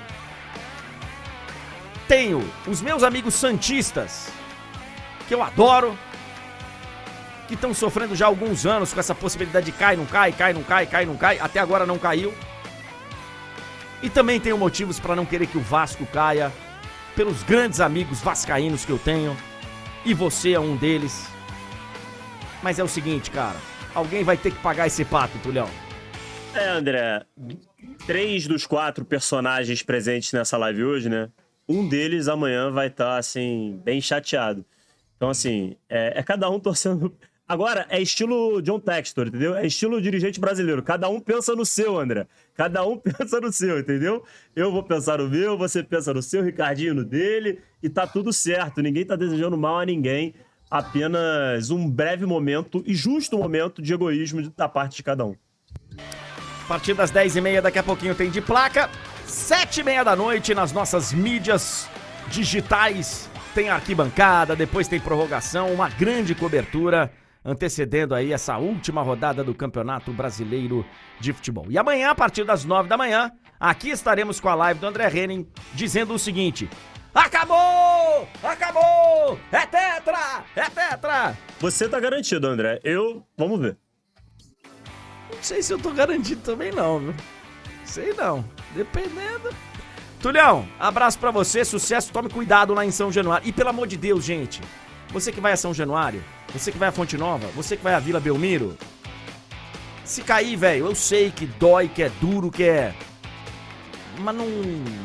Speaker 1: Tenho os meus amigos santistas, que eu adoro, que estão sofrendo já há alguns anos com essa possibilidade de cai, não cai, cai, não cai, cai, não cai. Até agora não caiu. E também tenho motivos para não querer que o Vasco caia, pelos grandes amigos vascaínos que eu tenho. E você é um deles. Mas é o seguinte, cara, alguém vai ter que pagar esse pato, Tulhão.
Speaker 2: É, André, três dos quatro personagens presentes nessa live hoje, né? Um deles amanhã vai estar, assim, bem chateado. Então, assim, é, é cada um torcendo... Agora, é estilo John Textor, entendeu? É estilo dirigente brasileiro. Cada um pensa no seu, André. Cada um pensa no seu, entendeu? Eu vou pensar no meu, você pensa no seu, Ricardinho no dele, e tá tudo certo. Ninguém tá desejando mal a ninguém. Apenas um breve momento e justo momento de egoísmo da parte de cada um.
Speaker 1: A partir das dez e meia, daqui a pouquinho tem de placa. Sete e meia da noite nas nossas mídias digitais. Tem arquibancada, depois tem prorrogação, uma grande cobertura antecedendo aí essa última rodada do Campeonato Brasileiro de Futebol. E amanhã, a partir das nove da manhã, aqui estaremos com a live do André Henning dizendo o seguinte: acabou! Acabou! É tetra! É tetra!
Speaker 2: Você tá garantido, André. Eu... Vamos ver.
Speaker 1: Não sei se eu tô garantido também não, viu? Sei não. Dependendo... Tulhão, abraço pra você, sucesso, tome cuidado lá em São Januário. E pelo amor de Deus, gente, você que vai a São Januário, você que vai a Fonte Nova, você que vai a Vila Belmiro, se cair, velho, eu sei que dói, que é duro, que é... Mas não...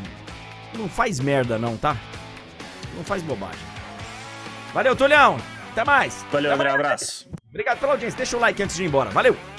Speaker 1: Não faz merda não, tá? Não faz bobagem. Valeu, Tulhão! Até mais.
Speaker 2: Valeu,
Speaker 1: Até
Speaker 2: André,
Speaker 1: amanhã.
Speaker 2: abraço.
Speaker 1: Obrigado pela audiência. Deixa o like antes de ir embora. Valeu.